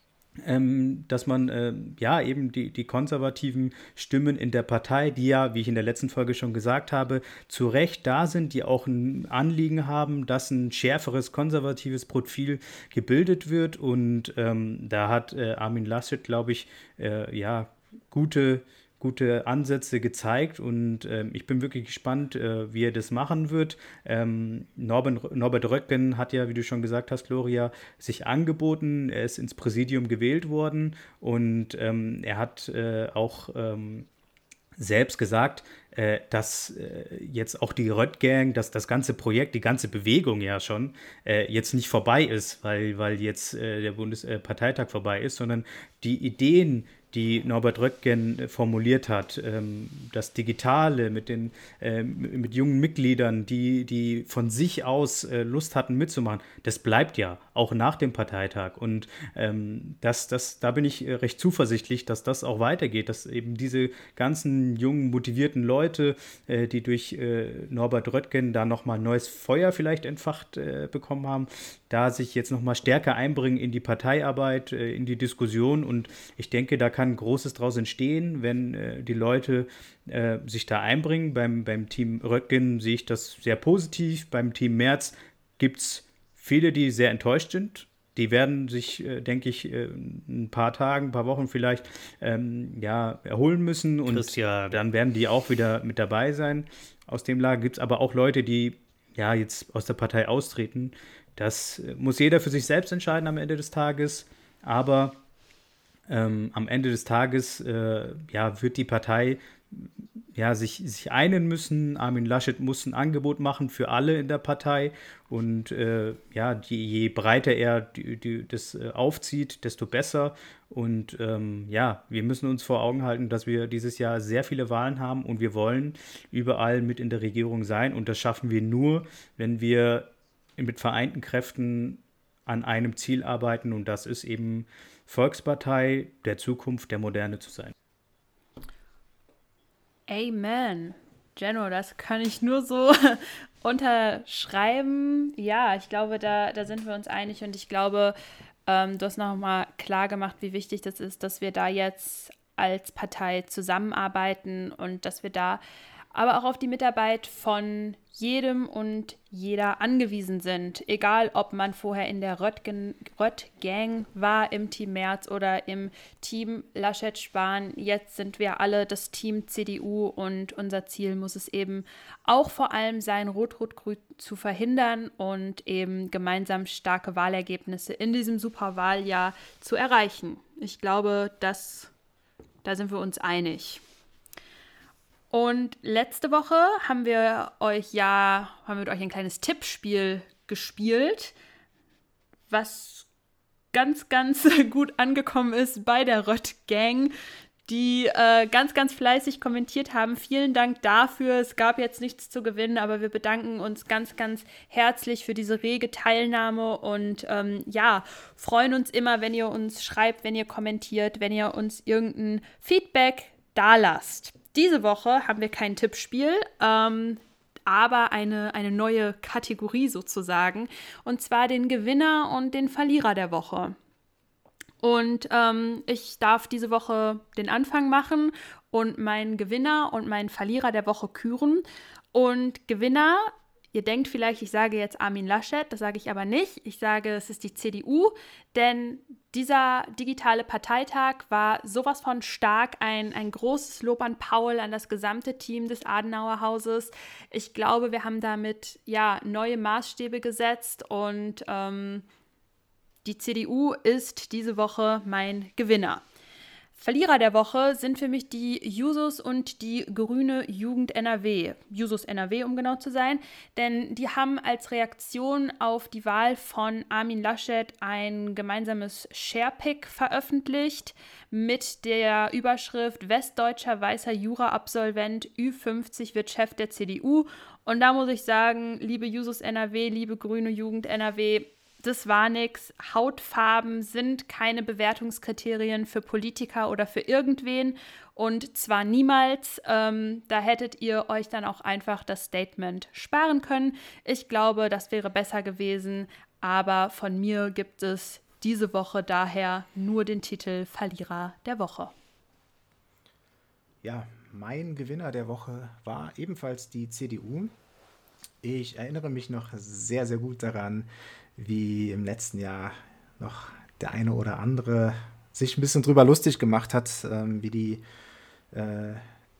Ähm, dass man äh, ja eben die, die konservativen Stimmen in der Partei, die ja, wie ich in der letzten Folge schon gesagt habe, zu Recht da sind, die auch ein Anliegen haben, dass ein schärferes konservatives Profil gebildet wird. Und ähm, da hat äh, Armin Laschet, glaube ich, äh, ja gute gute Ansätze gezeigt und ähm, ich bin wirklich gespannt, äh, wie er das machen wird. Ähm, Norbert, Norbert Röttgen hat ja, wie du schon gesagt hast, Gloria, sich angeboten. Er ist ins Präsidium gewählt worden und ähm, er hat äh, auch ähm, selbst gesagt, äh, dass äh, jetzt auch die Rött-Gang, dass das ganze Projekt, die ganze Bewegung ja schon äh, jetzt nicht vorbei ist, weil, weil jetzt äh, der Bundesparteitag vorbei ist, sondern die Ideen, die Norbert Röttgen formuliert hat, ähm, das Digitale mit den äh, mit jungen Mitgliedern, die, die von sich aus äh, Lust hatten mitzumachen, das bleibt ja auch nach dem Parteitag. Und ähm, das, das, da bin ich recht zuversichtlich, dass das auch weitergeht, dass eben diese ganzen jungen, motivierten Leute, äh, die durch äh, Norbert Röttgen da nochmal neues Feuer vielleicht entfacht äh, bekommen haben, da sich jetzt nochmal stärker einbringen in die Parteiarbeit, äh, in die Diskussion. Und ich denke, da kann Großes draus entstehen, wenn äh, die Leute äh, sich da einbringen. Beim, beim Team Röttgen sehe ich das sehr positiv. Beim Team Merz gibt es viele, die sehr enttäuscht sind. Die werden sich, äh, denke ich, äh, ein paar Tagen, ein paar Wochen vielleicht ähm, ja, erholen müssen. Und Christian. Dann werden die auch wieder mit dabei sein. Aus dem Lager gibt es aber auch Leute, die ja jetzt aus der Partei austreten. Das muss jeder für sich selbst entscheiden am Ende des Tages. Aber ähm, am Ende des Tages äh, ja, wird die Partei ja, sich, sich einen müssen. Armin Laschet muss ein Angebot machen für alle in der Partei. Und äh, ja, die, je breiter er die, die, das äh, aufzieht, desto besser. Und ähm, ja, wir müssen uns vor Augen halten, dass wir dieses Jahr sehr viele Wahlen haben und wir wollen überall mit in der Regierung sein. Und das schaffen wir nur, wenn wir mit vereinten Kräften an einem Ziel arbeiten. Und das ist eben Volkspartei der Zukunft, der Moderne zu sein. Amen. Jenno, das kann ich nur so unterschreiben. Ja, ich glaube, da, da sind wir uns einig und ich glaube, ähm, du hast nochmal klar gemacht, wie wichtig das ist, dass wir da jetzt als Partei zusammenarbeiten und dass wir da aber auch auf die Mitarbeit von jedem und jeder angewiesen sind. Egal, ob man vorher in der Rött-Gang war, im Team Merz oder im Team Laschet-Spahn. Jetzt sind wir alle das Team C D U und unser Ziel muss es eben auch vor allem sein, Rot-Rot-Grün zu verhindern und eben gemeinsam starke Wahlergebnisse in diesem Superwahljahr zu erreichen. Ich glaube, das, da sind wir uns einig. Und letzte Woche haben wir euch ja, haben wir mit euch ein kleines Tippspiel gespielt, was ganz, ganz gut angekommen ist bei der Rött-Gang, die äh, ganz, ganz fleißig kommentiert haben. Vielen Dank dafür. Es gab jetzt nichts zu gewinnen, aber wir bedanken uns ganz, ganz herzlich für diese rege Teilnahme und ähm, ja, freuen uns immer, wenn ihr uns schreibt, wenn ihr kommentiert, wenn ihr uns irgendein Feedback dalasst. Diese Woche haben wir kein Tippspiel, ähm, aber eine, eine neue Kategorie sozusagen, und zwar den Gewinner und den Verlierer der Woche. Und ähm, ich darf diese Woche den Anfang machen und meinen Gewinner und meinen Verlierer der Woche küren. Und Gewinner, ihr denkt vielleicht, ich sage jetzt Armin Laschet, das sage ich aber nicht. Ich sage, es ist die C D U, denn dieser digitale Parteitag war sowas von stark. Ein, ein großes Lob an Paul, an das gesamte Team des Adenauer Hauses. Ich glaube, wir haben damit ja neue Maßstäbe gesetzt und ähm, die C D U ist diese Woche mein Gewinner. Verlierer der Woche sind für mich die Jusos und die Grüne Jugend N R W. Jusos N R W, um genau zu sein. Denn die haben als Reaktion auf die Wahl von Armin Laschet ein gemeinsames Sharepick veröffentlicht mit der Überschrift Westdeutscher weißer Jura-Absolvent Ü fünfzig wird Chef der C D U. Und da muss ich sagen, liebe Jusos N R W, liebe Grüne Jugend N R W, das war nix. Hautfarben sind keine Bewertungskriterien für Politiker oder für irgendwen. Und zwar niemals. Ähm, da hättet ihr euch dann auch einfach das Statement sparen können. Ich glaube, das wäre besser gewesen. Aber von mir gibt es diese Woche daher nur den Titel Verlierer der Woche. Ja, mein Gewinner der Woche war ebenfalls die C D U. Ich erinnere mich noch sehr, sehr gut daran, wie im letzten Jahr noch der eine oder andere sich ein bisschen drüber lustig gemacht hat, ähm, wie die äh,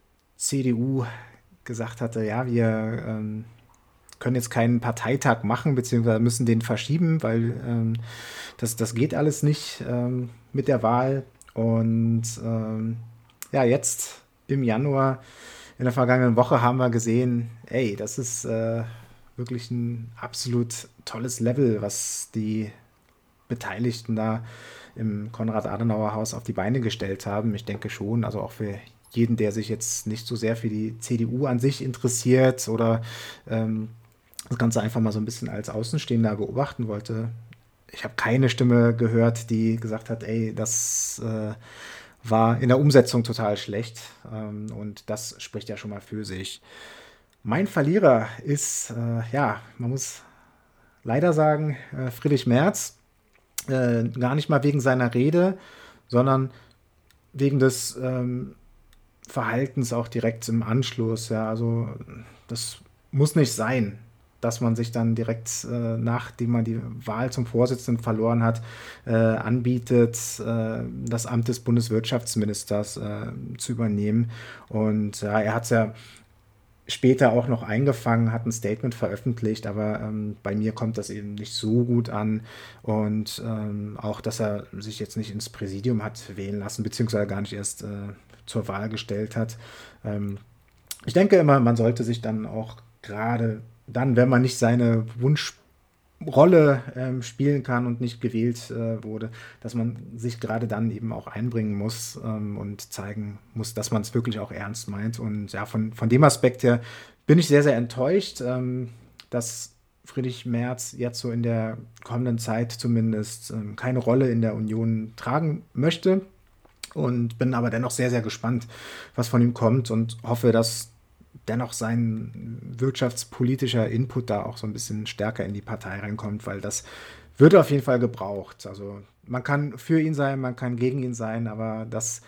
C D U gesagt hatte, ja, wir ähm, können jetzt keinen Parteitag machen, beziehungsweise müssen den verschieben, weil ähm, das, das geht alles nicht ähm, mit der Wahl. Und ähm, ja, jetzt im Januar, in der vergangenen Woche, haben wir gesehen, ey, das ist äh, wirklich ein absolut tolles Level, was die Beteiligten da im Konrad-Adenauer-Haus auf die Beine gestellt haben. Ich denke schon, also auch für jeden, der sich jetzt nicht so sehr für die C D U an sich interessiert oder ähm, das Ganze einfach mal so ein bisschen als Außenstehender beobachten wollte. Ich habe keine Stimme gehört, die gesagt hat, ey, das äh, war in der Umsetzung total schlecht. Ähm, und das spricht ja schon mal für sich. Mein Verlierer ist, äh, ja, man muss leider sagen, äh, Friedrich Merz. Äh, gar nicht mal wegen seiner Rede, sondern wegen des ähm, Verhaltens auch direkt im Anschluss. Ja, also das muss nicht sein, dass man sich dann direkt, äh, nachdem man die Wahl zum Vorsitzenden verloren hat, äh, anbietet, äh, das Amt des Bundeswirtschaftsministers äh, zu übernehmen. Und ja, er hat es ja später auch noch eingefangen, hat ein Statement veröffentlicht, aber ähm, bei mir kommt das eben nicht so gut an. Und ähm, auch, dass er sich jetzt nicht ins Präsidium hat wählen lassen, beziehungsweise gar nicht erst äh, zur Wahl gestellt hat. Ähm, ich denke immer, man sollte sich dann auch gerade dann, wenn man nicht seine Wunschrolle ähm, spielen kann und nicht gewählt äh, wurde, dass man sich gerade dann eben auch einbringen muss ähm, und zeigen muss, dass man es wirklich auch ernst meint. Und ja, von, von dem Aspekt her bin ich sehr, sehr enttäuscht, ähm, dass Friedrich Merz jetzt so in der kommenden Zeit zumindest ähm, keine Rolle in der Union tragen möchte. Und bin aber dennoch sehr, sehr gespannt, was von ihm kommt und hoffe, dass dennoch sein wirtschaftspolitischer Input da auch so ein bisschen stärker in die Partei reinkommt, weil das wird auf jeden Fall gebraucht. Also man kann für ihn sein, man kann gegen ihn sein, aber dass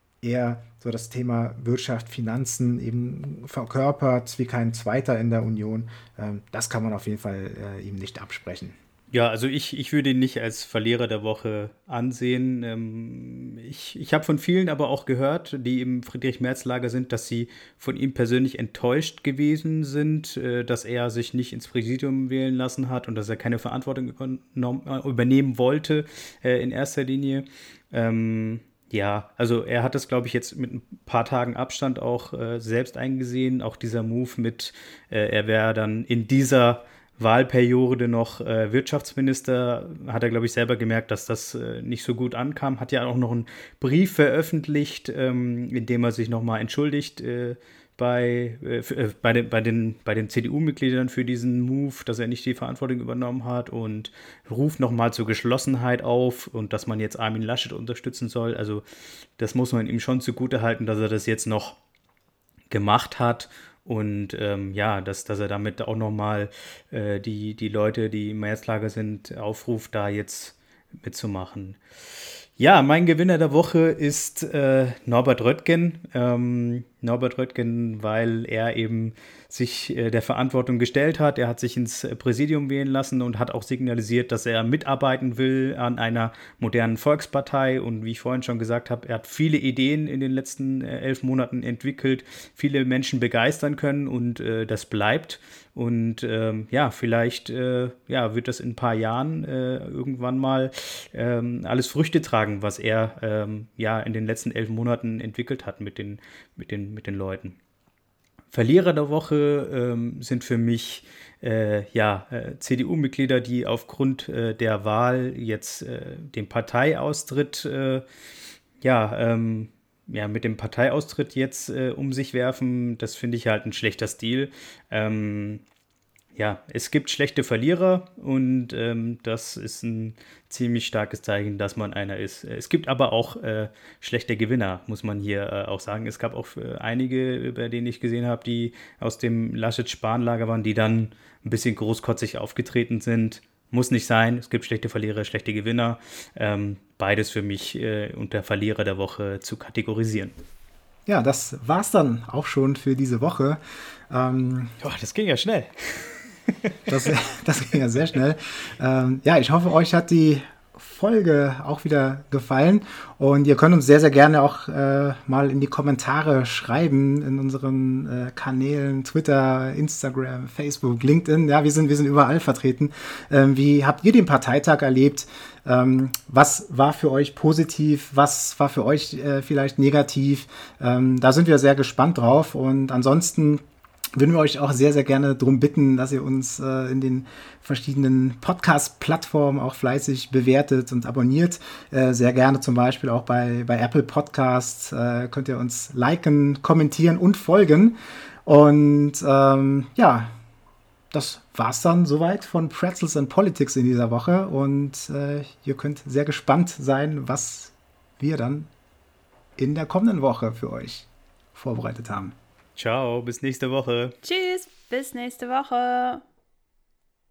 er so das Thema Wirtschaft, Finanzen eben verkörpert wie kein Zweiter in der Union, äh, das kann man auf jeden Fall äh, ihm nicht absprechen. Ja, also ich, ich würde ihn nicht als Verlierer der Woche ansehen. Ähm, ich ich habe von vielen aber auch gehört, die im Friedrich-Merz-Lager sind, dass sie von ihm persönlich enttäuscht gewesen sind, äh, dass er sich nicht ins Präsidium wählen lassen hat und dass er keine Verantwortung übernommen, äh, übernehmen wollte äh, in erster Linie. Ähm, ja, also er hat das, glaube ich, jetzt mit ein paar Tagen Abstand auch äh, selbst eingesehen. Auch dieser Move mit, äh, er wäre dann in dieser Wahlperiode noch äh, Wirtschaftsminister, hat er, glaube ich, selber gemerkt, dass das äh, nicht so gut ankam. Hat ja auch noch einen Brief veröffentlicht, ähm, in dem er sich nochmal entschuldigt äh, bei, äh, äh, bei, den, bei, den, bei den C D U-Mitgliedern für diesen Move, dass er nicht die Verantwortung übernommen hat und ruft nochmal zur Geschlossenheit auf und dass man jetzt Armin Laschet unterstützen soll. Also das muss man ihm schon zugutehalten, dass er das jetzt noch gemacht hat. Und ähm, ja, dass, dass er damit auch nochmal äh, die, die Leute, die im Mehrheitslager sind, aufruft, da jetzt mitzumachen. Ja, mein Gewinner der Woche ist äh, Norbert Röttgen. Ähm, Norbert Röttgen, weil er eben sich äh, der Verantwortung gestellt hat. Er hat sich ins Präsidium wählen lassen und hat auch signalisiert, dass er mitarbeiten will an einer modernen Volkspartei. Und wie ich vorhin schon gesagt habe, er hat viele Ideen in den letzten äh, elf Monaten entwickelt, viele Menschen begeistern können und äh, das bleibt. Und ähm, ja, vielleicht äh, ja, wird das in ein paar Jahren äh, irgendwann mal ähm, alles Früchte tragen, was er ähm, ja in den letzten elf Monaten entwickelt hat mit den, mit den, mit den Leuten. Verlierer der Woche ähm, sind für mich äh, ja, äh, C D U-Mitglieder, die aufgrund äh, der Wahl jetzt äh, den Parteiaustritt äh, ja, ähm, ja, mit dem Parteiaustritt jetzt äh, um sich werfen. Das finde ich halt ein schlechter Stil. Ähm, ja, es gibt schlechte Verlierer und ähm, das ist ein ziemlich starkes Zeichen, dass man einer ist. Es gibt aber auch äh, schlechte Gewinner, muss man hier äh, auch sagen. Es gab auch äh, einige, bei denen ich gesehen habe, die aus dem Laschet-Spahn-Lager waren, die dann ein bisschen großkotzig aufgetreten sind. Muss nicht sein. Es gibt schlechte Verlierer, schlechte Gewinner. Ähm, beides für mich äh, unter Verlierer der Woche zu kategorisieren. Ja, das war's dann auch schon für diese Woche. Ähm, oh, das ging ja schnell. Das, das ging ja sehr schnell. Ähm, ja, ich hoffe, euch hat die Folge auch wieder gefallen und ihr könnt uns sehr, sehr gerne auch äh, mal in die Kommentare schreiben in unseren äh, Kanälen Twitter, Instagram, Facebook, LinkedIn. Ja, wir sind, wir sind überall vertreten. Ähm, wie habt ihr den Parteitag erlebt? Ähm, was war für euch positiv? Was war für euch äh, vielleicht negativ? Ähm, da sind wir sehr gespannt drauf und ansonsten würden wir euch auch sehr, sehr gerne darum bitten, dass ihr uns äh, in den verschiedenen Podcast-Plattformen auch fleißig bewertet und abonniert. Äh, sehr gerne zum Beispiel auch bei, bei Apple Podcasts äh, könnt ihr uns liken, kommentieren und folgen. Und ähm, ja, das war's dann soweit von Pretzels and Politics in dieser Woche. Und äh, ihr könnt sehr gespannt sein, was wir dann in der kommenden Woche für euch vorbereitet haben. Ciao, bis nächste Woche. Tschüss, bis nächste Woche.